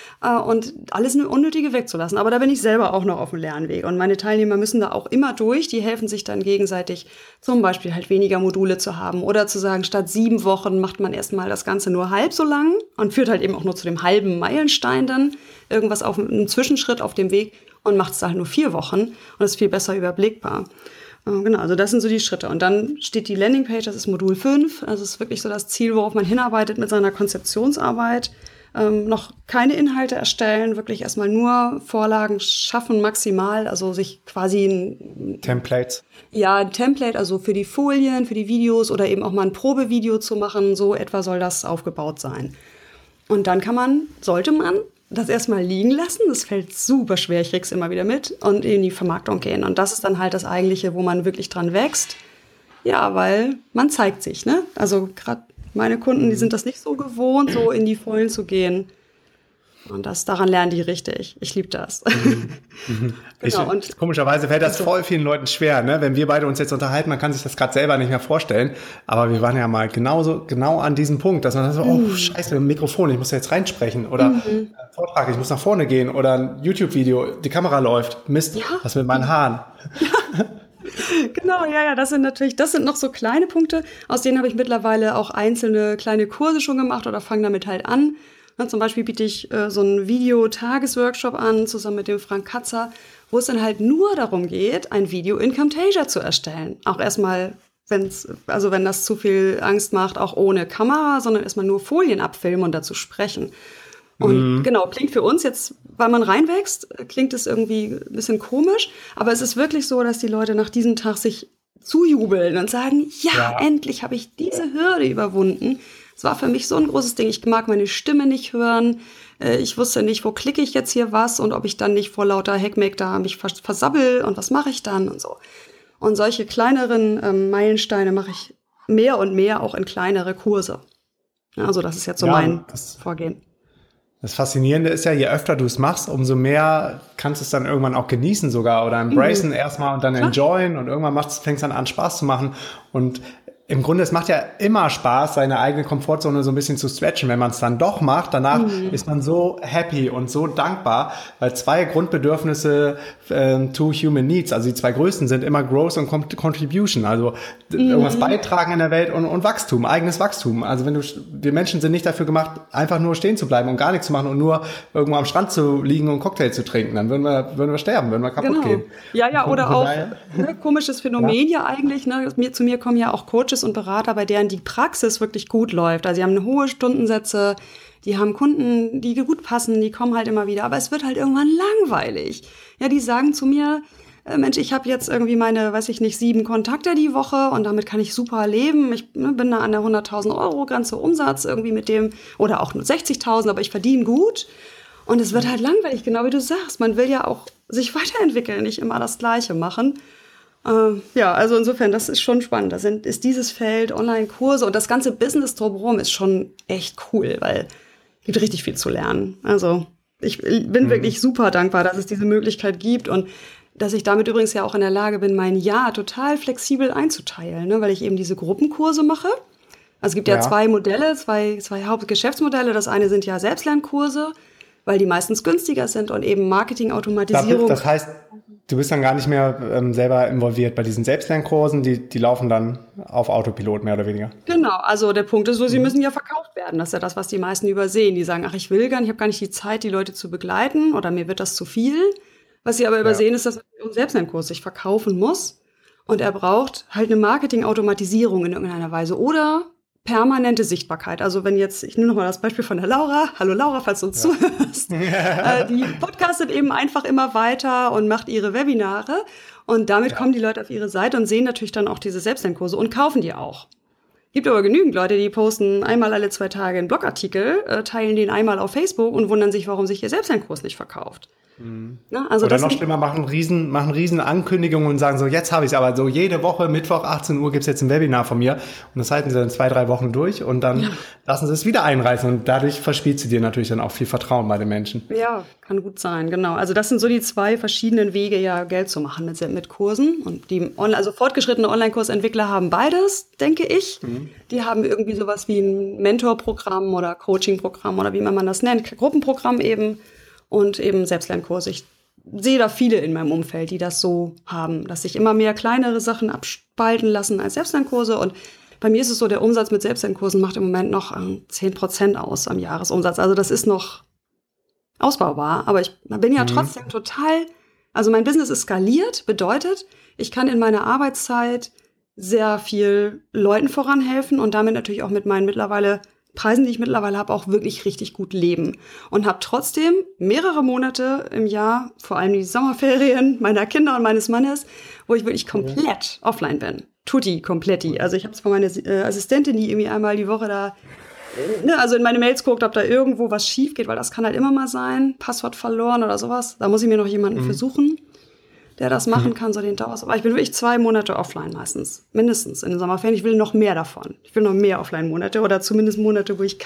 Und alles Unnötige wegzulassen. Aber da bin ich selber auch noch auf dem Lernweg. Und meine Teilnehmer müssen da auch immer durch. Die helfen sich dann gegenseitig, zum Beispiel halt weniger Module zu haben. Oder zu sagen, statt 7 Wochen macht man erstmal das Ganze nur halb so lang und führt halt eben auch nur zu dem halben Meilenstein dann. Irgendwas auf einem Zwischenschritt auf dem Weg und macht es halt nur 4 Wochen. Und ist viel besser überblickbar. Genau, also das sind so die Schritte. Und dann steht die Landingpage, das ist Modul 5. Also es ist wirklich so das Ziel, worauf man hinarbeitet mit seiner Konzeptionsarbeit. Noch keine Inhalte erstellen, wirklich erstmal nur Vorlagen schaffen, maximal, also sich quasi ein Templates. Ja, ein Template, also für die Folien, für die Videos oder eben auch mal ein Probevideo zu machen, so etwa soll das aufgebaut sein. Und dann sollte man das erstmal liegen lassen, das fällt super schwer, ich krieg's immer wieder mit, und in die Vermarktung gehen. Und das ist dann halt das Eigentliche, wo man wirklich dran wächst. Ja, weil man zeigt sich, ne? Also gerade meine Kunden, die sind das nicht so gewohnt, so in die Vollen zu gehen. Und daran lernen die richtig. Ich liebe das. Genau, und komischerweise fällt das voll vielen Leuten schwer, ne? Wenn wir beide uns jetzt unterhalten, man kann sich das gerade selber nicht mehr vorstellen. Aber wir waren ja mal genau an diesem Punkt, dass man so, scheiße, ein Mikrofon, ich muss jetzt reinsprechen. Oder Vortrag, ich muss nach vorne gehen. Oder ein YouTube-Video, die Kamera läuft. Mist, was mit meinen Haaren? Ja. Genau, ja, das sind noch so kleine Punkte, aus denen habe ich mittlerweile auch einzelne kleine Kurse schon gemacht oder fange damit halt an. Zum Beispiel biete ich so einen Video-Tagesworkshop an, zusammen mit dem Frank Katzer, wo es dann halt nur darum geht, ein Video in Camtasia zu erstellen. Auch erstmal, wenn das zu viel Angst macht, auch ohne Kamera, sondern erstmal nur Folien abfilmen und dazu sprechen. Und genau, klingt für uns jetzt, weil man reinwächst, klingt es irgendwie ein bisschen komisch. Aber es ist wirklich so, dass die Leute nach diesem Tag sich zujubeln und sagen, ja, endlich habe ich diese Hürde überwunden. Es war für mich so ein großes Ding. Ich mag meine Stimme nicht hören. Ich wusste nicht, wo klicke ich jetzt hier was und ob ich dann nicht vor lauter Heckmeck da mich versabbel und was mache ich dann und so. Und solche kleineren Meilensteine mache ich mehr und mehr auch in kleinere Kurse. Also das ist jetzt so mein Vorgehen. Das Faszinierende ist ja, je öfter du es machst, umso mehr kannst du es dann irgendwann auch genießen sogar oder embracen erstmal und dann enjoyen und irgendwann fängt es dann an Spaß zu machen. Und im Grunde, es macht ja immer Spaß, seine eigene Komfortzone so ein bisschen zu stretchen. Wenn man es dann doch macht, danach ist man so happy und so dankbar, weil 2 Grundbedürfnisse to human needs, also die 2 größten sind immer Growth und Contribution, also irgendwas beitragen in der Welt und Wachstum, eigenes Wachstum. Also wir Menschen sind nicht dafür gemacht, einfach nur stehen zu bleiben und gar nichts zu machen und nur irgendwo am Strand zu liegen und einen Cocktail zu trinken. Dann würden wir sterben, würden wir kaputt gehen. Ja, oder auch komisches Phänomen ja eigentlich. Ne? Zu mir kommen ja auch Coaches und Berater, bei deren die Praxis wirklich gut läuft. Also sie haben hohe Stundensätze, die haben Kunden, die gut passen, die kommen halt immer wieder. Aber es wird halt irgendwann langweilig. Ja, die sagen zu mir, Mensch, ich habe jetzt irgendwie meine, 7 Kontakte die Woche und damit kann ich super leben. Ich bin da an der 100.000 Euro Grenze Umsatz irgendwie mit dem, oder auch nur 60.000, aber ich verdiene gut. Und es wird halt langweilig, genau wie du sagst. Man will ja auch sich weiterentwickeln, nicht immer das Gleiche machen. Ja, also insofern, das ist schon spannend. Ist dieses Feld Online-Kurse und das ganze Business drumherum ist schon echt cool, weil es gibt richtig viel zu lernen. Also ich bin wirklich super dankbar, dass es diese Möglichkeit gibt und dass ich damit übrigens ja auch in der Lage bin, mein Jahr total flexibel einzuteilen, ne, weil ich eben diese Gruppenkurse mache. Also es gibt ja 2 Modelle, zwei Hauptgeschäftsmodelle. Das eine sind ja Selbstlernkurse, weil die meistens günstiger sind und eben Marketing-Automatisierung. Das heißt, du bist dann gar nicht mehr selber involviert bei diesen Selbstlernkursen, die laufen dann auf Autopilot mehr oder weniger. Genau, also der Punkt ist so, sie müssen ja verkauft werden. Das ist ja das, was die meisten übersehen. Die sagen, ich habe gar nicht die Zeit, die Leute zu begleiten oder mir wird das zu viel. Was sie aber übersehen, ist, dass ein Selbstlernkurs sich verkaufen muss und er braucht halt eine Marketing-Automatisierung in irgendeiner Weise oder permanente Sichtbarkeit. Also wenn jetzt, ich nehme nochmal das Beispiel von der Laura. Hallo Laura, falls du uns zuhörst. Die podcastet eben einfach immer weiter und macht ihre Webinare. Und damit kommen die Leute auf ihre Seite und sehen natürlich dann auch diese Selbstlernkurse und kaufen die auch. Gibt aber genügend Leute, die posten einmal alle 2 Tage einen Blogartikel, teilen den einmal auf Facebook und wundern sich, warum sich ihr Selbstlernkurs nicht verkauft. Na, also oder noch schlimmer, machen riesen Ankündigungen und sagen so, jetzt habe ich es aber so, jede Woche, Mittwoch, 18 Uhr gibt es jetzt ein Webinar von mir und das halten sie dann 2-3 Wochen durch und dann lassen sie es wieder einreißen und dadurch verspielt sie dir natürlich dann auch viel Vertrauen bei den Menschen. Ja, kann gut sein, genau. Also das sind so die 2 verschiedenen Wege, ja Geld zu machen mit Kursen und also fortgeschrittene Online-Kursentwickler haben beides, denke ich. Die haben irgendwie sowas wie ein Mentorprogramm oder Coachingprogramm oder wie man das nennt, Gruppenprogramm eben. Und eben Selbstlernkurse. Ich sehe da viele in meinem Umfeld, die das so haben, dass sich immer mehr kleinere Sachen abspalten lassen als Selbstlernkurse. Und bei mir ist es so, der Umsatz mit Selbstlernkursen macht im Moment noch 10% aus am Jahresumsatz. Also das ist noch ausbaubar. Aber ich bin ja trotzdem also mein Business ist skaliert, bedeutet, ich kann in meiner Arbeitszeit sehr viel Leuten voranhelfen und damit natürlich auch mit meinen Preisen, die ich mittlerweile habe, auch wirklich richtig gut leben. Und habe trotzdem mehrere Monate im Jahr, vor allem die Sommerferien meiner Kinder und meines Mannes, wo ich wirklich komplett offline bin. Tutti, kompletti. Also ich habe es von meiner Assistentin, die irgendwie einmal die Woche da, also in meine Mails guckt, ob da irgendwo was schief geht, weil das kann halt immer mal sein. Passwort verloren oder sowas. Da muss ich mir noch jemanden versuchen, der das machen kann, so den Dauers. Aber ich bin wirklich 2 Monate offline meistens, mindestens in den Sommerferien. Ich will noch mehr davon. Ich will noch mehr Offline-Monate oder zumindest Monate, wo ich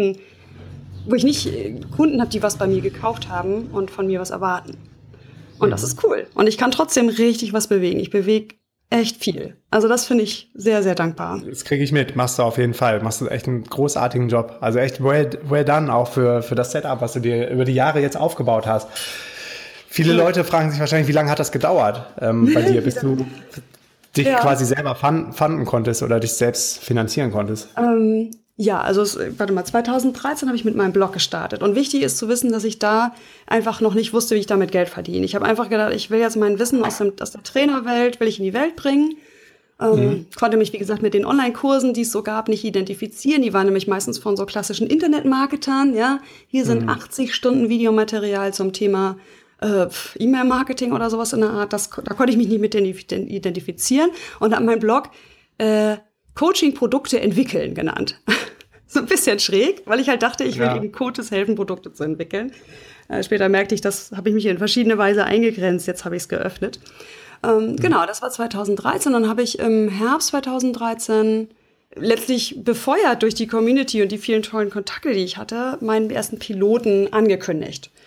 nicht Kunden habe, die was bei mir gekauft haben und von mir was erwarten. Und das ist cool. Und ich kann trotzdem richtig was bewegen. Ich bewege echt viel. Also das finde ich sehr, sehr dankbar. Das kriege ich mit. Machst du auf jeden Fall. Machst du echt einen großartigen Job. Also echt well done auch für das Setup, was du dir über die Jahre jetzt aufgebaut hast. Viele Leute fragen sich wahrscheinlich, wie lange hat das gedauert bei dir, bis du dich quasi selber fanden konntest oder dich selbst finanzieren konntest? Ja, also 2013 habe ich mit meinem Blog gestartet. Und wichtig ist zu wissen, dass ich da einfach noch nicht wusste, wie ich damit Geld verdiene. Ich habe einfach gedacht, ich will jetzt mein Wissen aus der Trainerwelt, will ich in die Welt bringen. Konnte mich, wie gesagt, mit den Online-Kursen, die es so gab, nicht identifizieren. Die waren nämlich meistens von so klassischen Internet-Marketern. Ja? Hier sind 80 Stunden Videomaterial zum Thema E-Mail-Marketing oder sowas in der Art, da konnte ich mich nicht mit identifizieren und habe meinen Blog Coaching-Produkte entwickeln genannt. So ein bisschen schräg, weil ich halt dachte, ich will eben Coaches helfen, Produkte zu entwickeln. Später merkte ich, das habe ich mich in verschiedene Weise eingegrenzt, jetzt habe ich es geöffnet. Genau, das war 2013, dann habe ich im Herbst 2013 letztlich befeuert durch die Community und die vielen tollen Kontakte, die ich hatte, meinen ersten Piloten angekündigt.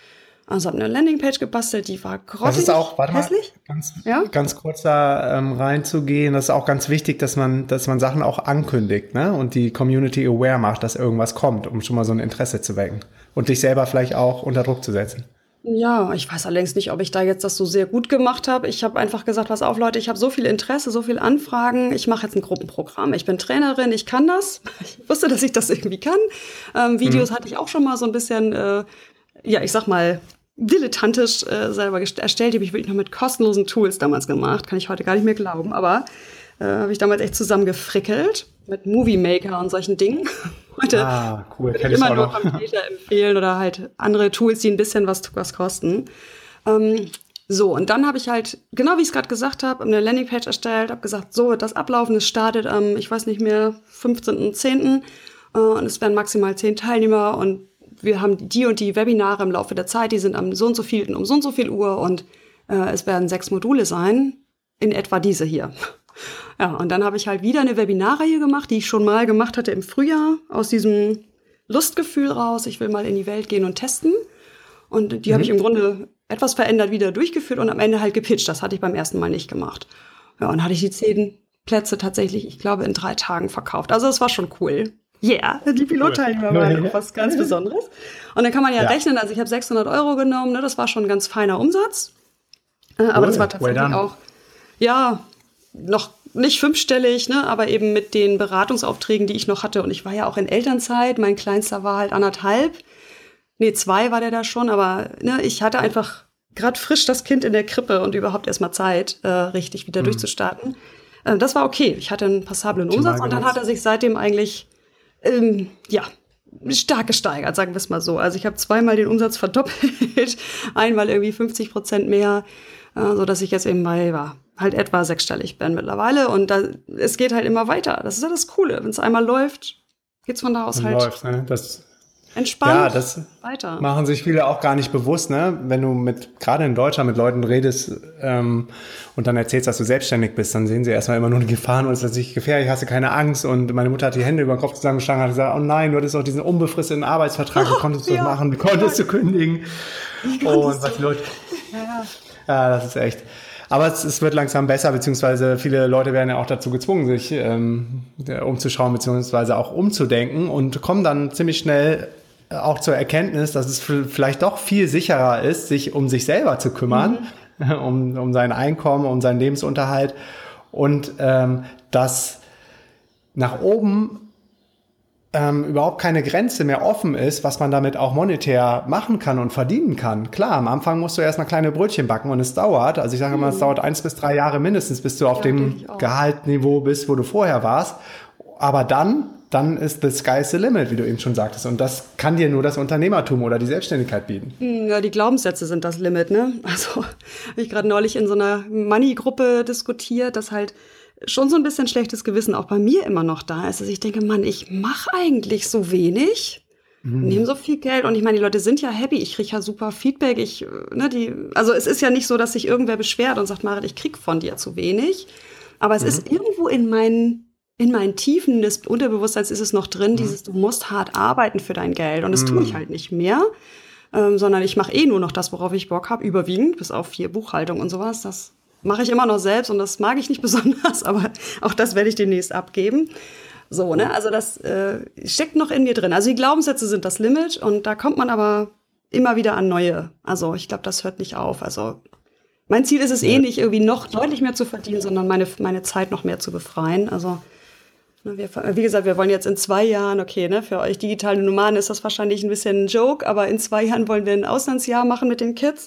Also habe eine Landingpage gebastelt, die war grottig Das ist auch, warte hässlich. mal, ganz kurz da reinzugehen. Das ist auch ganz wichtig, dass man Sachen auch ankündigt, ne? Und die Community aware macht, dass irgendwas kommt, um schon mal so ein Interesse zu wecken. Und dich selber vielleicht auch unter Druck zu setzen. Ja, ich weiß allerdings nicht, ob ich da jetzt das so sehr gut gemacht habe. Ich habe einfach gesagt, pass auf, Leute, ich habe so viel Interesse, so viel Anfragen. Ich mache jetzt ein Gruppenprogramm. Ich bin Trainerin, ich kann das. Ich wusste, dass ich das irgendwie kann. Videos hatte ich auch schon mal so ein bisschen, ich sag mal, dilettantisch selber erstellt. Die habe ich wirklich noch mit kostenlosen Tools damals gemacht. Kann ich heute gar nicht mehr glauben. Aber habe ich damals echt zusammengefrickelt mit Movie Maker und solchen Dingen. Heute cool. würde ich immer nur Computer empfehlen oder halt andere Tools, die ein bisschen was kosten. Und dann habe ich halt, genau wie ich es gerade gesagt habe, eine Landingpage erstellt, habe gesagt, so wird das ablaufen. Es startet am, ich weiß nicht mehr, 15.10. Und es werden maximal 10 Teilnehmer und wir haben die und die Webinare im Laufe der Zeit, die sind am so und so viel um so und so viel Uhr und es werden 6 Module sein, in etwa diese hier. Ja, und dann habe ich halt wieder eine Webinarreihe gemacht, die ich schon mal gemacht hatte im Frühjahr, aus diesem Lustgefühl raus, ich will mal in die Welt gehen und testen. Und die habe ich im Grunde etwas verändert wieder durchgeführt und am Ende halt gepitcht. Das hatte ich beim ersten Mal nicht gemacht. Ja, und hatte ich die 10 Plätze tatsächlich, ich glaube, in 3 Tagen verkauft. Also das war schon cool. Yeah, die Pilotteilnehmer waren was ganz Besonderes. Und dann kann man ja rechnen, also ich habe 600 € genommen, ne, das war schon ein ganz feiner Umsatz. Aber das war tatsächlich auch, noch nicht 5-stellig, ne, aber eben mit den Beratungsaufträgen, die ich noch hatte. Und ich war ja auch in Elternzeit, mein Kleinster war halt 1,5. Nee, 2 war der da schon, aber ne, ich hatte einfach gerade frisch das Kind in der Krippe und überhaupt erstmal Zeit, richtig wieder durchzustarten. Das war okay. Ich hatte einen passablen Umsatz und dann hat er sich seitdem eigentlich stark gesteigert, sagen wir es mal so. Also ich habe 2-mal den Umsatz verdoppelt, einmal irgendwie 50% mehr, so dass ich jetzt eben bei halt etwa 6-stellig bin mittlerweile. Und es geht halt immer weiter. Das ist ja das Coole. Wenn es einmal läuft, geht's von da aus halt läuft, ne? entspannt das weiter. Machen sich viele auch gar nicht bewusst, ne? Wenn du gerade in Deutschland mit Leuten redest und dann erzählst, dass du selbstständig bist, dann sehen sie erstmal immer nur die Gefahren und es ist natürlich gefährlich, hast du keine Angst. Und meine Mutter hat die Hände über den Kopf zusammengeschlagen und hat gesagt, oh nein, du hattest auch diesen unbefristeten Arbeitsvertrag, wie konntest du das machen, wie konntest du kündigen? Und was die Leute... Ja, das ist echt... Aber es wird langsam besser, beziehungsweise viele Leute werden ja auch dazu gezwungen, sich umzuschauen, beziehungsweise auch umzudenken und kommen dann ziemlich schnell auch zur Erkenntnis, dass es vielleicht doch viel sicherer ist, sich um sich selber zu kümmern, um sein Einkommen, um seinen Lebensunterhalt und dass nach oben überhaupt keine Grenze mehr offen ist, was man damit auch monetär machen kann und verdienen kann. Klar, am Anfang musst du erstmal kleine Brötchen backen und es dauert, also ich sage mal, es dauert 1 bis 3 Jahre mindestens, bis du auf dem Gehaltsniveau bist, wo du vorher warst. Aber dann ist the sky's the limit, wie du eben schon sagtest. Und das kann dir nur das Unternehmertum oder die Selbstständigkeit bieten. Ja, die Glaubenssätze sind das Limit, ne? Also, habe ich gerade neulich in so einer Money-Gruppe diskutiert, dass halt schon so ein bisschen schlechtes Gewissen auch bei mir immer noch da ist. Also ich denke, Mann, ich mache eigentlich so wenig, nehme so viel Geld und ich meine, die Leute sind ja happy, ich kriege ja super Feedback, also es ist ja nicht so, dass sich irgendwer beschwert und sagt, Marit, ich krieg von dir zu wenig, aber es ist irgendwo in meinen Tiefen des Unterbewusstseins ist es noch drin, du musst hart arbeiten für dein Geld und das tue ich halt nicht mehr, sondern ich mache nur noch das, worauf ich Bock habe, überwiegend, bis auf 4 Buchhaltung und sowas, das mache ich immer noch selbst und das mag ich nicht besonders, aber auch das werde ich demnächst abgeben. So, ne? Also das steckt noch in mir drin. Also die Glaubenssätze sind das Limit und da kommt man aber immer wieder an neue. Also ich glaube, das hört nicht auf. Also mein Ziel ist es nicht, irgendwie noch deutlich mehr zu verdienen, sondern meine Zeit noch mehr zu befreien. Also wie gesagt, wir wollen jetzt in 2 Jahren, okay, ne, für euch digitale Nomaden ist das wahrscheinlich ein bisschen ein Joke, aber in 2 Jahren wollen wir ein Auslandsjahr machen mit den Kids.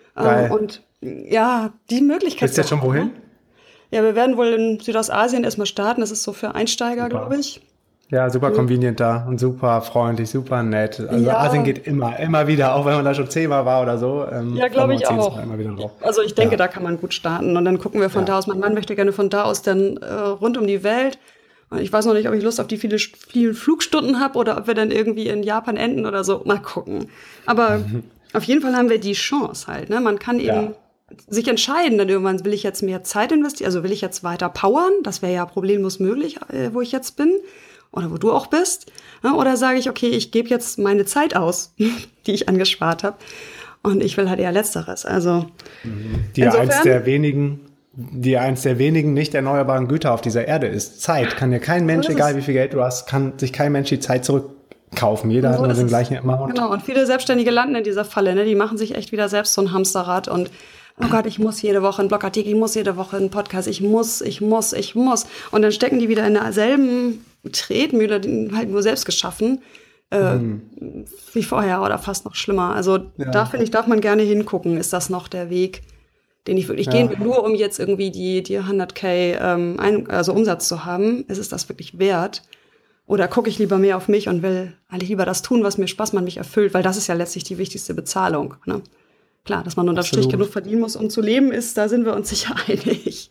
Und ja, die Möglichkeit. Wisst ihr schon wohin? Ja, wir werden wohl in Südostasien erstmal starten. Das ist so für Einsteiger, glaube ich. Ja, super convenient da und super freundlich, super nett. Also Asien geht immer wieder, auch wenn man da schon 10-mal war oder so. Ja, glaube ich auch. Immer wieder drauf. Also ich denke, da kann man gut starten. Und dann gucken wir von da aus. Mein Mann möchte gerne von da aus dann rund um die Welt. Und ich weiß noch nicht, ob ich Lust auf die vielen Flugstunden habe oder ob wir dann irgendwie in Japan enden oder so. Mal gucken. Aber auf jeden Fall haben wir die Chance halt. Ne? Man kann eben sich entscheiden, dann irgendwann will ich jetzt mehr Zeit investieren, also will ich jetzt weiter powern, das wäre ja problemlos möglich, wo ich jetzt bin oder wo du auch bist, oder sage ich, okay, ich gebe jetzt meine Zeit aus, die ich angespart habe Und ich will halt eher Letzteres. Also die eins der wenigen nicht erneuerbaren Güter auf dieser Erde ist. Zeit. Kann dir kein Mensch, egal wie viel Geld du hast, kann sich kein Mensch die Zeit zurückkaufen. Jeder hat nur den gleichen Amount. Genau, und viele Selbstständige landen in dieser Falle. Ne? Die machen sich echt wieder selbst so ein Hamsterrad und oh Gott, ich muss jede Woche einen Blogartikel, ich muss jede Woche einen Podcast, ich muss. Und dann stecken die wieder in derselben Tretmühle, die halt nur selbst geschaffen, wie vorher oder fast noch schlimmer. Also da finde ich, darf man gerne hingucken. Ist das noch der Weg, den ich wirklich gehen will, nur um jetzt irgendwie die 100.000 also Umsatz zu haben? Ist es das wirklich wert? Oder gucke ich lieber mehr auf mich und will eigentlich lieber das tun, was mir Spaß macht, mich erfüllt? Weil das ist ja letztlich die wichtigste Bezahlung. Ne? Klar, dass man unterm Strich genug verdienen muss, um zu leben, da sind wir uns sicher einig.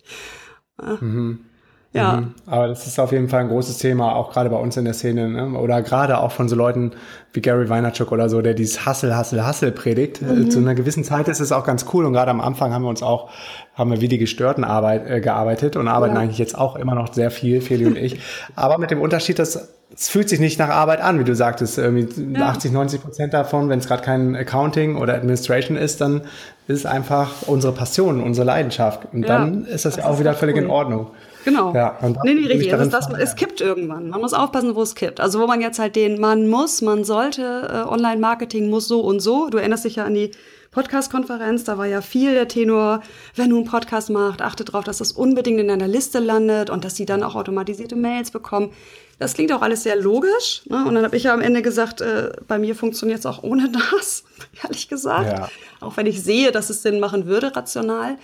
Ja. Aber das ist auf jeden Fall ein großes Thema, auch gerade bei uns in der Szene, ne? Oder gerade auch von so Leuten wie Gary Vaynerchuk oder so, der dieses Hustle predigt. Zu einer gewissen Zeit ist es auch ganz cool und gerade am Anfang haben wir wie die Gestörten gearbeitet und arbeiten eigentlich jetzt auch immer noch sehr viel, Feli und ich. Aber mit dem Unterschied, dass es fühlt sich nicht nach Arbeit an, wie du sagtest. Irgendwie 80-90% davon, wenn es gerade kein Accounting oder Administration ist, dann ist es einfach unsere Passion, unsere Leidenschaft. Und dann ist das ja auch wieder völlig in Ordnung. Genau. Ja, nee, richtig. Es kippt irgendwann. Man muss aufpassen, wo es kippt. Also wo man jetzt halt man sollte, Online-Marketing muss so und so. Du erinnerst dich ja an die Podcast-Konferenz, da war ja viel der Tenor, wenn du einen Podcast machst, achte darauf, dass das unbedingt in deiner Liste landet und dass die dann auch automatisierte Mails bekommen. Das klingt auch alles sehr logisch. Ne? Und dann habe ich ja am Ende gesagt, bei mir funktioniert es auch ohne das, ehrlich gesagt. Ja. Auch wenn ich sehe, dass es Sinn machen würde, rational.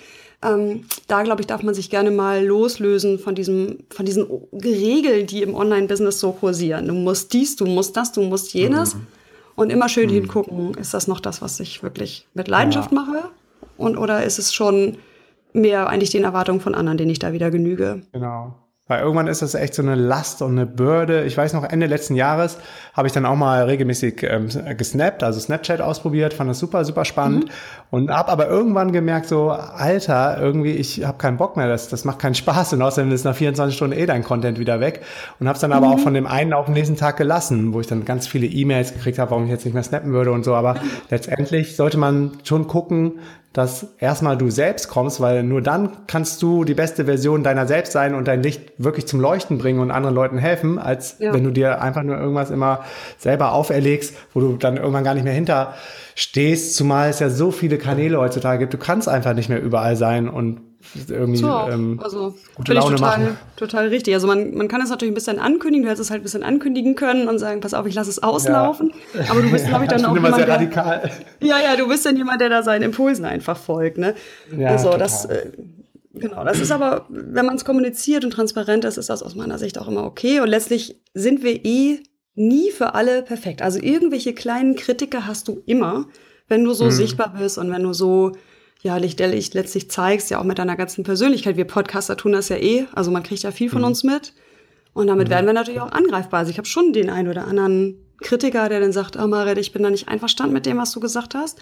Da, glaube ich, darf man sich gerne mal loslösen von diesen Regeln, die im Online-Business so kursieren. Du musst dies, du musst das, du musst jenes. Und immer schön hingucken, ist das noch das, was ich wirklich mit Leidenschaft mache? Oder ist es schon mehr eigentlich den Erwartungen von anderen, denen ich da wieder genüge? Genau. Weil irgendwann ist das echt so eine Last und eine Bürde. Ich weiß noch, Ende letzten Jahres habe ich dann auch mal regelmäßig gesnappt, also Snapchat ausprobiert, fand das super, super spannend und habe aber irgendwann gemerkt, so, Alter, irgendwie, ich habe keinen Bock mehr, das macht keinen Spaß und außerdem ist nach 24 Stunden dein Content wieder weg und habe es dann aber auch von dem einen auf den nächsten Tag gelassen, wo ich dann ganz viele E-Mails gekriegt habe, warum ich jetzt nicht mehr snappen würde und so, aber letztendlich sollte man schon gucken, dass erstmal du selbst kommst, weil nur dann kannst du die beste Version deiner selbst sein und dein Licht wirklich zum Leuchten bringen und anderen Leuten helfen, als wenn du dir einfach nur irgendwas immer selber auferlegst, wo du dann irgendwann gar nicht mehr hinter stehst, zumal es ja so viele Kanäle heutzutage gibt. Du kannst einfach nicht mehr überall sein und irgendwie gute Laune machen. Total richtig. Also man kann es natürlich ein bisschen ankündigen, du hättest es halt ein bisschen ankündigen können und sagen, pass auf, ich lasse es auslaufen. Ja. Aber du bist, glaube ich, dann auch jemand, sehr radikal. Du bist dann jemand, der da seinen Impulsen einfach folgt. Ne? Ja, also total. Das ist aber, wenn man es kommuniziert und transparent ist das aus meiner Sicht auch immer okay. Und letztlich sind wir nie für alle perfekt. Also irgendwelche kleinen Kritiker hast du immer, wenn du so sichtbar bist und wenn du so Licht letztlich zeigst, ja auch mit deiner ganzen Persönlichkeit. Wir Podcaster tun das ja also man kriegt ja viel von uns mit. Und damit werden wir natürlich auch angreifbar. Also ich habe schon den einen oder anderen Kritiker, der dann sagt, oh Marit, ich bin da nicht einverstanden mit dem, was du gesagt hast.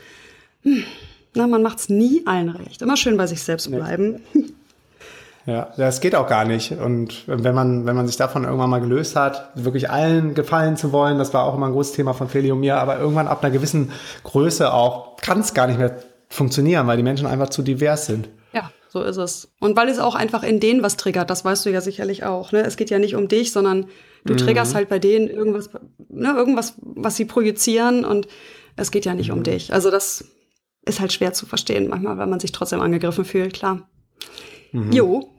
Man macht's nie allen recht. Immer schön bei sich selbst bleiben. Ja, das geht auch gar nicht. Und wenn man sich davon irgendwann mal gelöst hat, wirklich allen gefallen zu wollen, das war auch immer ein großes Thema von Feli und mir, aber irgendwann ab einer gewissen Größe auch, kann es gar nicht mehr funktionieren, weil die Menschen einfach zu divers sind. Ja, so ist es. Und weil es auch einfach in denen was triggert, das weißt du ja sicherlich auch. Ne? Es geht ja nicht um dich, sondern du triggerst halt bei denen irgendwas, was sie projizieren und es geht ja nicht um dich. Also das ist halt schwer zu verstehen manchmal, weil man sich trotzdem angegriffen fühlt, klar. Jo.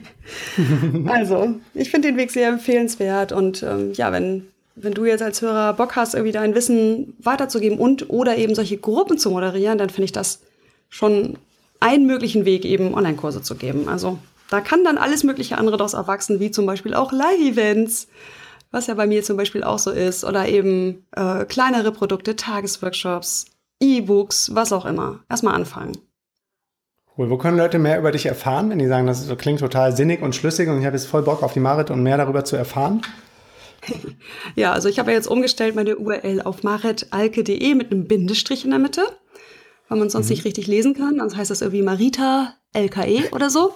Also, ich finde den Weg sehr empfehlenswert und wenn du jetzt als Hörer Bock hast, irgendwie dein Wissen weiterzugeben oder eben solche Gruppen zu moderieren, dann finde ich das schon einen möglichen Weg, eben Online-Kurse zu geben. Also da kann dann alles mögliche andere daraus erwachsen, wie zum Beispiel auch Live-Events, was ja bei mir zum Beispiel auch so ist, oder eben kleinere Produkte, Tagesworkshops, E-Books, was auch immer. Erstmal anfangen. Cool. Wo können Leute mehr über dich erfahren, wenn die sagen, das klingt total sinnig und schlüssig und ich habe jetzt voll Bock auf die Marit und mehr darüber zu erfahren? Ja, also ich habe ja jetzt umgestellt meine URL auf maritalke.de mit einem Bindestrich in der Mitte, weil man sonst nicht richtig lesen kann. Sonst heißt das irgendwie Marita LKE oder so.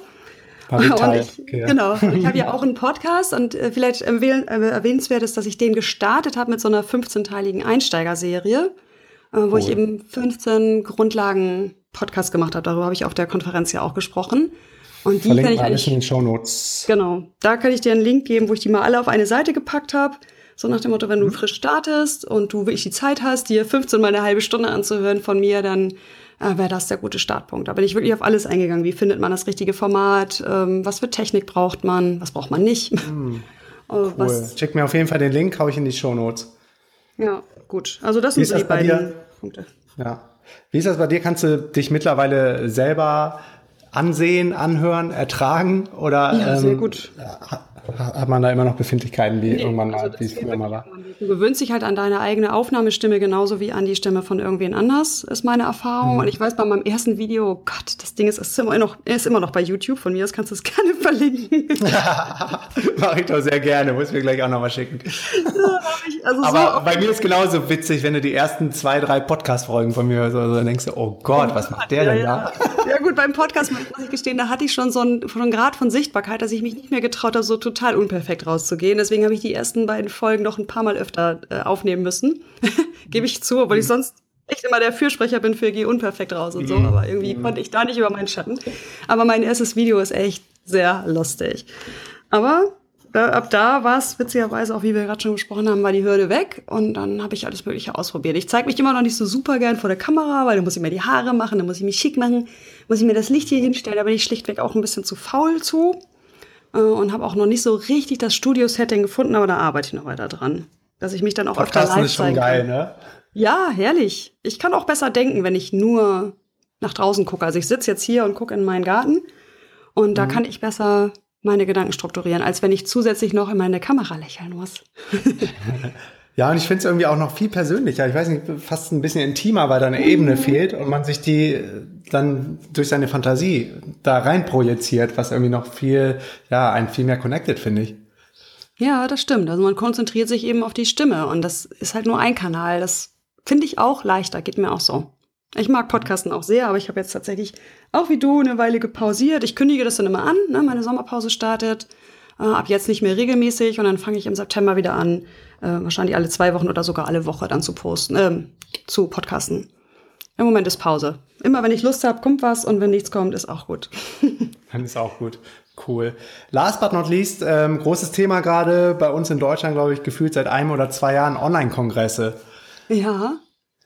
Genau. Ich habe ja auch einen Podcast und vielleicht erwähnenswert ist, dass ich den gestartet habe mit so einer 15-teiligen Einsteigerserie. wo ich eben 15 Grundlagen-Podcasts gemacht habe. Darüber habe ich auf der Konferenz ja auch gesprochen. Und die kann ich eigentlich in den Shownotes. Genau, da kann ich dir einen Link geben, wo ich die mal alle auf eine Seite gepackt habe. So nach dem Motto, wenn du frisch startest und du wirklich die Zeit hast, dir 15 mal eine halbe Stunde anzuhören von mir, dann wäre das der gute Startpunkt. Da bin ich wirklich auf alles eingegangen. Wie findet man das richtige Format? Was für Technik braucht man? Was braucht man nicht? Cool. Check mir auf jeden Fall den Link, hau ich in die Shownotes. Ja, gut. Also das sind so die beiden Punkte. Ja. Wie ist das bei dir? Kannst du dich mittlerweile selber ansehen, anhören, ertragen? Oder ja, sehr gut. Hat man da immer noch Befindlichkeiten, wie irgendwann mal, wie es früher mal war? Du gewöhnst dich halt an deine eigene Aufnahmestimme genauso wie an die Stimme von irgendwen anders, ist meine Erfahrung. Und ich weiß, bei meinem ersten Video, oh Gott, das Ding ist immer noch bei YouTube von mir, das kannst du es gerne verlinken. Mache ich doch sehr gerne, muss mir gleich auch noch mal schicken. Aber bei mir ist genauso witzig, wenn du die ersten 2, 3 Podcast-Folgen von mir hörst, dann denkst du, oh Gott, was macht der denn da? Ja gut, beim Podcast, muss ich gestehen, da hatte ich schon so einen Grad von Sichtbarkeit, dass ich mich nicht mehr getraut habe, so total unperfekt rauszugehen. Deswegen habe ich die ersten beiden Folgen noch ein paar Mal öfter aufnehmen müssen. Gebe ich zu, obwohl ich sonst echt immer der Fürsprecher bin für Geh unperfekt raus und so. Aber irgendwie konnte ich da nicht über meinen Schatten. Aber mein erstes Video ist echt sehr lustig. Aber ab da war es witzigerweise auch, wie wir gerade schon besprochen haben, war die Hürde weg. Und dann habe ich alles Mögliche ausprobiert. Ich zeige mich immer noch nicht so super gern vor der Kamera, weil dann muss ich mir die Haare machen, dann muss ich mich schick machen, muss ich mir das Licht hier hinstellen. Da bin ich schlichtweg auch ein bisschen zu faul zu. Und habe auch noch nicht so richtig das Studio-Setting gefunden, aber da arbeite ich noch weiter dran. Dass ich mich dann auch öfter live zeigen kann. Ist schon geil, ne? Ja, herrlich. Ich kann auch besser denken, wenn ich nur nach draußen gucke. Also ich sitze jetzt hier und gucke in meinen Garten und da kann ich besser meine Gedanken strukturieren, als wenn ich zusätzlich noch in meine Kamera lächeln muss. Ja, und ich finde es irgendwie auch noch viel persönlicher. Ich weiß nicht, fast ein bisschen intimer, weil da eine Ebene fehlt und man sich die dann durch seine Fantasie da rein projiziert, was irgendwie noch einen viel mehr connected, finde ich. Ja, das stimmt. Also man konzentriert sich eben auf die Stimme und das ist halt nur ein Kanal. Das finde ich auch leichter, geht mir auch so. Ich mag Podcasten auch sehr, aber ich habe jetzt tatsächlich auch wie du eine Weile gepausiert. Ich kündige das dann immer an, ne? Meine Sommerpause startet. Ab jetzt nicht mehr regelmäßig und dann fange ich im September wieder an, wahrscheinlich alle 2 Wochen oder sogar alle Woche dann zu podcasten. Im Moment ist Pause. Immer wenn ich Lust habe, kommt was und wenn nichts kommt, ist auch gut. Dann ist auch gut. Cool. Last but not least, großes Thema gerade bei uns in Deutschland, glaube ich, gefühlt seit 1 oder 2 Jahren Online-Kongresse. Ja.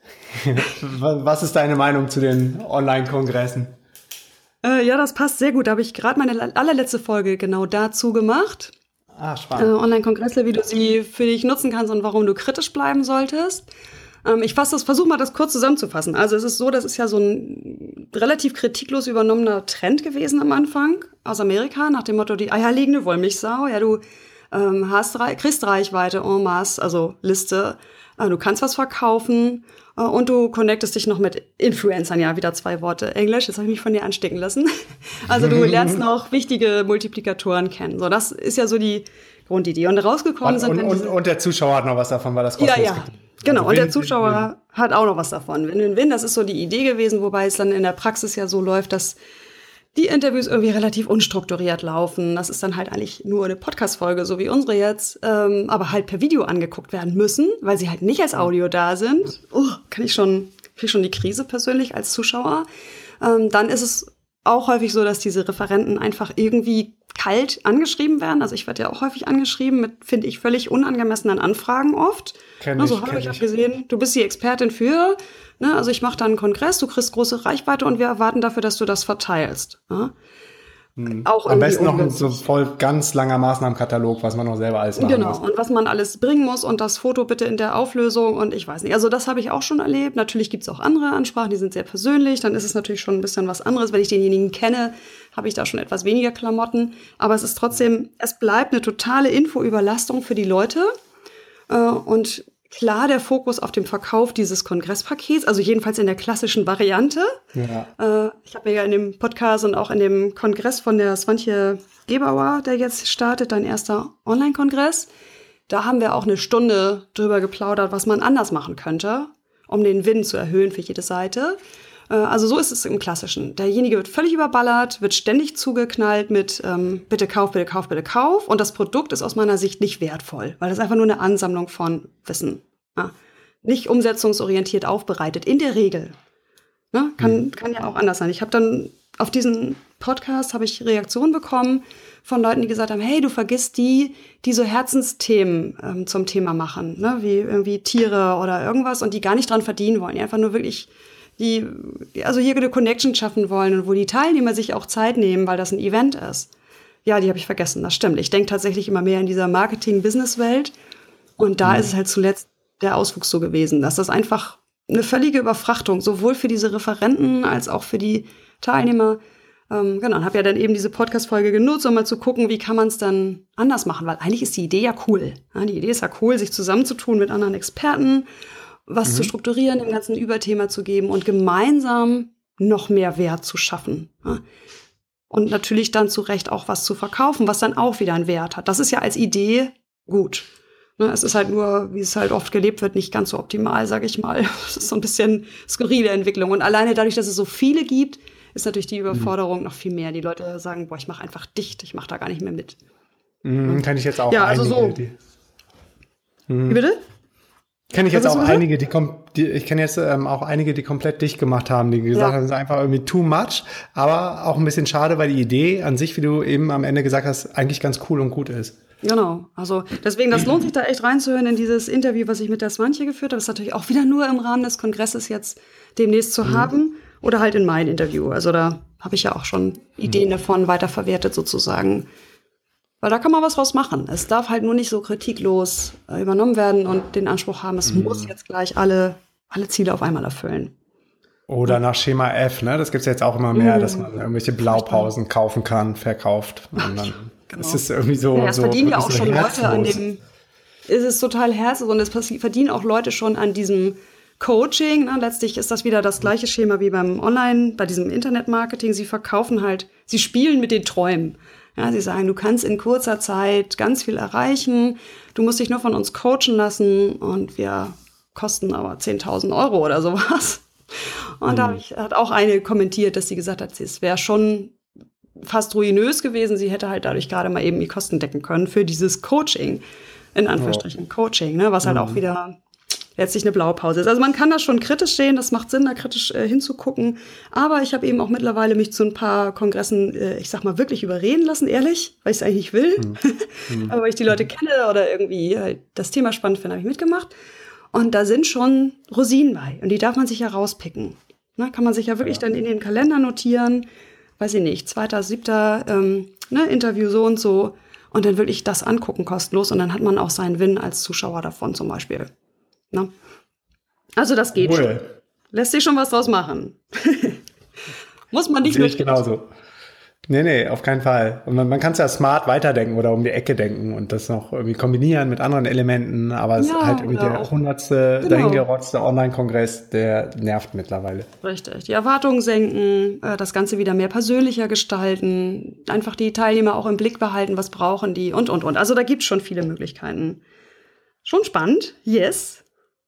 Was ist deine Meinung zu den Online-Kongressen? Ja, das passt sehr gut. Da habe ich gerade meine allerletzte Folge genau dazu gemacht. Ah, spannend. Online-Kongresse, wie du sie für dich nutzen kannst und warum du kritisch bleiben solltest. Ich versuche mal das kurz zusammenzufassen. Also es ist so, das ist ja so ein relativ kritiklos übernommener Trend gewesen am Anfang aus Amerika, nach dem Motto, die eierlegende Wollmilchsau. Ja, du kriegst Reichweite en masse, also Liste. Du kannst was verkaufen und du connectest dich noch mit Influencern. Ja, wieder 2 Worte Englisch, das habe ich mich von dir anstecken lassen. Also du lernst noch wichtige Multiplikatoren kennen. So, das ist ja so die Grundidee. Und rausgekommen sind... Und der Zuschauer hat noch was davon, weil das kostenlos ja. Genau, und der Zuschauer hat auch noch was davon. Win-Win-Win, das ist so die Idee gewesen, wobei es dann in der Praxis ja so läuft, dass die Interviews irgendwie relativ unstrukturiert laufen. Das ist dann halt eigentlich nur eine Podcast-Folge, so wie unsere jetzt, aber halt per Video angeguckt werden müssen, weil sie halt nicht als Audio da sind. Krieg ich schon die Krise persönlich als Zuschauer. Dann ist es auch häufig so, dass diese Referenten einfach irgendwie kalt angeschrieben werden. Also ich werde ja auch häufig angeschrieben mit, finde ich, völlig unangemessenen Anfragen oft. So habe ich auch gesehen, du bist die Expertin für, ne? Also ich mache da einen Kongress, du kriegst große Reichweite und wir erwarten dafür, dass du das verteilst. Ne? Auch am besten noch ein so voll ganz langer Maßnahmenkatalog, was man noch selber alles machen muss. Genau, und was man alles bringen muss und das Foto bitte in der Auflösung und ich weiß nicht. Also das habe ich auch schon erlebt. Natürlich gibt es auch andere Ansprachen, die sind sehr persönlich. Dann ist es natürlich schon ein bisschen was anderes. Wenn ich denjenigen kenne, habe ich da schon etwas weniger Klamotten. Aber es ist trotzdem, es bleibt eine totale Infoüberlastung für die Leute. Und klar, der Fokus auf dem Verkauf dieses Kongresspakets, also jedenfalls in der klassischen Variante. Ja. Ich habe mir ja in dem Podcast und auch in dem Kongress von der Swantje Gebauer, der jetzt startet, dein erster Online-Kongress, da haben wir auch 1 Stunde drüber geplaudert, was man anders machen könnte, um den Win zu erhöhen für jede Seite. Also so ist es im Klassischen. Derjenige wird völlig überballert, wird ständig zugeknallt mit bitte kauf, bitte kauf, bitte kauf. Und das Produkt ist aus meiner Sicht nicht wertvoll, weil das einfach nur eine Ansammlung von Wissen. nicht umsetzungsorientiert aufbereitet, in der Regel. Ne? Kann ja auch anders sein. Ich habe dann auf diesen Podcast habe ich Reaktionen bekommen von Leuten, die gesagt haben, hey, du vergisst die so Herzensthemen zum Thema machen, ne? Wie irgendwie Tiere oder irgendwas und die gar nicht dran verdienen wollen, die einfach nur wirklich also hier eine Connection schaffen wollen und wo die Teilnehmer sich auch Zeit nehmen, weil das ein Event ist. Ja, die habe ich vergessen, das stimmt. Ich denke tatsächlich immer mehr in dieser Marketing-Business-Welt und da ist es halt zuletzt der Auswuchs so gewesen, dass das einfach eine völlige Überfrachtung, sowohl für diese Referenten als auch für die Teilnehmer. Genau, und habe ja dann eben diese Podcast-Folge genutzt, um mal zu gucken, wie kann man es dann anders machen, weil eigentlich ist die Idee ja cool. Ja, die Idee ist ja cool, sich zusammenzutun mit anderen Experten, was zu strukturieren, dem ganzen Überthema zu geben und gemeinsam noch mehr Wert zu schaffen. Ja. Und natürlich dann zu Recht auch was zu verkaufen, was dann auch wieder einen Wert hat. Das ist ja als Idee gut. Es ist halt nur, wie es halt oft gelebt wird, nicht ganz so optimal, sage ich mal. Es ist so ein bisschen skurrile Entwicklung. Und alleine dadurch, dass es so viele gibt, ist natürlich die Überforderung noch viel mehr. Die Leute sagen, boah, ich mache einfach dicht, ich mache da gar nicht mehr mit. Kann ich jetzt auch ja, also einige. Wie bitte? Kenne ich jetzt auch einige, ich kenne jetzt auch einige, die komplett dicht gemacht haben, die gesagt haben, es ist einfach irgendwie too much, aber auch ein bisschen schade, weil die Idee an sich, wie du eben am Ende gesagt hast, eigentlich ganz cool und gut ist. Genau, also deswegen, das lohnt sich da echt reinzuhören in dieses Interview, was ich mit der Swantje geführt habe. Das ist natürlich auch wieder nur im Rahmen des Kongresses jetzt demnächst zu haben oder halt in mein Interview. Also da habe ich ja auch schon Ideen davon weiterverwertet sozusagen. Weil da kann man was draus machen. Es darf halt nur nicht so kritiklos übernommen werden und den Anspruch haben, es muss jetzt gleich alle Ziele auf einmal erfüllen. Oder nach Schema F, ne? Das gibt es jetzt auch immer mehr, dass man irgendwelche Blaupausen kaufen kann, verkauft. Und dann ist es irgendwie so. Ja, es verdienen ja auch schon herzlos. Leute an dem. Es ist total herzlos und es verdienen auch Leute schon an diesem Coaching. Ne? Letztlich ist das wieder das gleiche Schema wie beim Online, bei diesem Internetmarketing. Sie verkaufen halt, sie spielen mit den Träumen. Ja, sie sagen, du kannst in kurzer Zeit ganz viel erreichen. Du musst dich nur von uns coachen lassen und wir kosten aber 10.000 € oder sowas. Und da hat auch eine kommentiert, dass sie gesagt hat, es wäre schon fast ruinös gewesen. Sie hätte halt dadurch gerade mal eben die Kosten decken können für dieses Coaching, in Anführungsstrichen Coaching, ne, was halt auch wieder letztlich eine Blaupause ist. Also man kann das schon kritisch sehen, das macht Sinn, da kritisch hinzugucken. Aber ich habe eben auch mittlerweile mich zu ein paar Kongressen, ich sag mal, wirklich überreden lassen, ehrlich, weil ich es eigentlich nicht will. Aber weil ich die Leute kenne oder irgendwie halt das Thema spannend finde, habe ich mitgemacht. Und da sind schon Rosinen bei. Und die darf man sich ja rauspicken. Ne, kann man sich ja wirklich dann in den Kalender notieren. Weiß ich nicht, 2.7. Interview so und so. Und dann wirklich das angucken, kostenlos. Und dann hat man auch seinen Win als Zuschauer davon zum Beispiel. Ne? Also das geht schon. Lässt sich schon was draus machen. Muss man nicht Sehe ich genauso. Nee, auf keinen Fall. Und man kann es ja smart weiterdenken oder um die Ecke denken und das noch irgendwie kombinieren mit anderen Elementen, aber es ist halt irgendwie der 100. Dahingerotzte Online-Kongress, der nervt mittlerweile. Richtig. Die Erwartungen senken, das Ganze wieder mehr persönlicher gestalten, einfach die Teilnehmer auch im Blick behalten, was brauchen die und. Also da gibt es schon viele Möglichkeiten. Schon spannend, yes.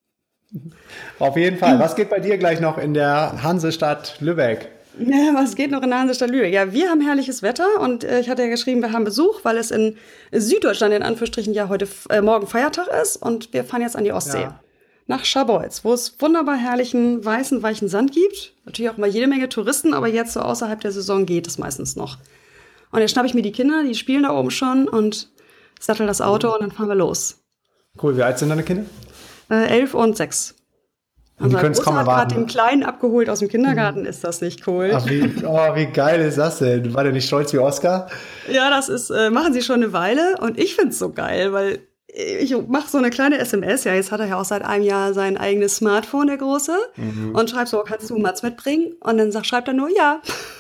Auf jeden Fall. Was geht bei dir gleich noch in der Hansestadt Lübeck? Ja, was geht noch in der Hansestadt Lübeck? Ja, wir haben herrliches Wetter und ich hatte ja geschrieben, wir haben Besuch, weil es in Süddeutschland in Anführungsstrichen ja morgen Feiertag ist und wir fahren jetzt an die Ostsee. Ja. Nach Scharbeutz, wo es wunderbar herrlichen, weichen Sand gibt. Natürlich auch mal jede Menge Touristen, aber jetzt so außerhalb der Saison geht es meistens noch. Und jetzt schnappe ich mir die Kinder, die spielen da oben schon und sattel das Auto und dann fahren wir los. Cool, wie alt sind deine Kinder? 11 und 6. Und die können es kaum erwarten. Hat gerade den Kleinen abgeholt aus dem Kindergarten, ist das nicht cool? Ach, wie geil ist das denn? War der nicht stolz wie Oscar? Ja, das ist, machen sie schon eine Weile und ich find's so geil, weil ich mache so eine kleine SMS, ja, jetzt hat er ja auch seit einem Jahr sein eigenes Smartphone, der Große, und schreibt so, kannst du Mats mitbringen? Und dann schreibt er nur, ja.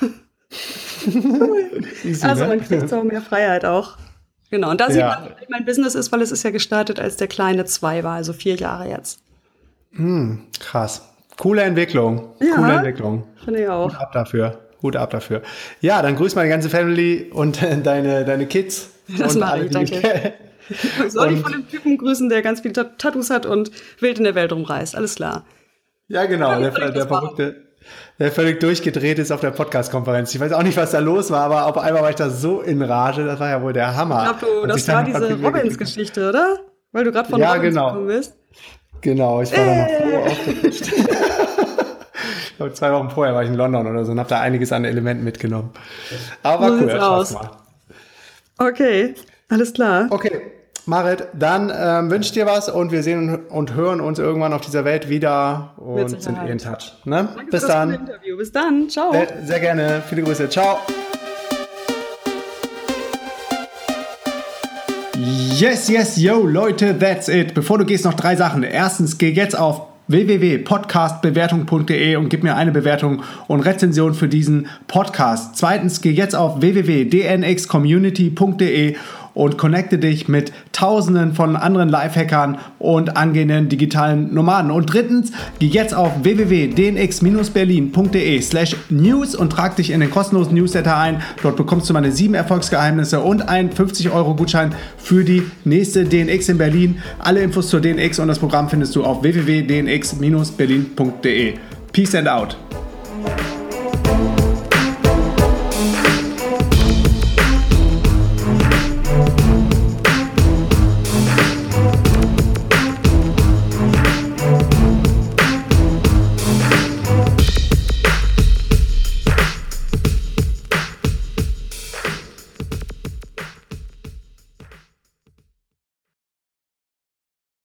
Cool. Easy, also man kriegt so mehr Freiheit auch. Genau, und da sieht man, wie mein Business ist, weil es ist ja gestartet, als der Kleine 2 war, also 4 Jahre jetzt. Krass. Coole Entwicklung. Ja, coole Entwicklung. Finde ich auch. Hut ab dafür. Ja, dann grüß mal die ganze Family und deine Kids. Das mache ich, danke. Soll ich von dem Typen grüßen, der ganz viele Tattoos hat und wild in der Welt rumreist. Alles klar. Ja, genau. Der Verrückte, der völlig durchgedreht ist auf der Podcast-Konferenz. Ich weiß auch nicht, was da los war, aber auf einmal war ich da so in Rage. Das war ja wohl der Hammer. Ich glaube, das war diese Robbins-Geschichte, oder? Weil du gerade von Robbins gekommen bist. Genau, ich war da noch froh aufgefrischt. Ich glaube, 2 Wochen vorher war ich in London oder so und habe da einiges an Elementen mitgenommen. Aber war cool, hat Spaß gemacht. Okay, alles klar. Okay, Marit, dann wünsche ich dir was und wir sehen und hören uns irgendwann auf dieser Welt wieder und sind in Touch. Ne? Bis dann. Interview. Bis dann. Ciao. Sehr gerne. Viele Grüße. Ciao. Yes, yo, Leute, that's it. Bevor du gehst, noch 3 Sachen. Erstens, geh jetzt auf www.podcastbewertung.de und gib mir eine Bewertung und Rezension für diesen Podcast. Zweitens, geh jetzt auf www.dnxcommunity.de und connecte dich mit Tausenden von anderen Lifehackern und angehenden digitalen Nomaden. Und drittens, geh jetzt auf www.dnx-berlin.de/news und trag dich in den kostenlosen Newsletter ein. Dort bekommst du meine 7 Erfolgsgeheimnisse und einen 50-Euro-Gutschein für die nächste DNX in Berlin. Alle Infos zur DNX und das Programm findest du auf www.dnx-berlin.de. Peace and out.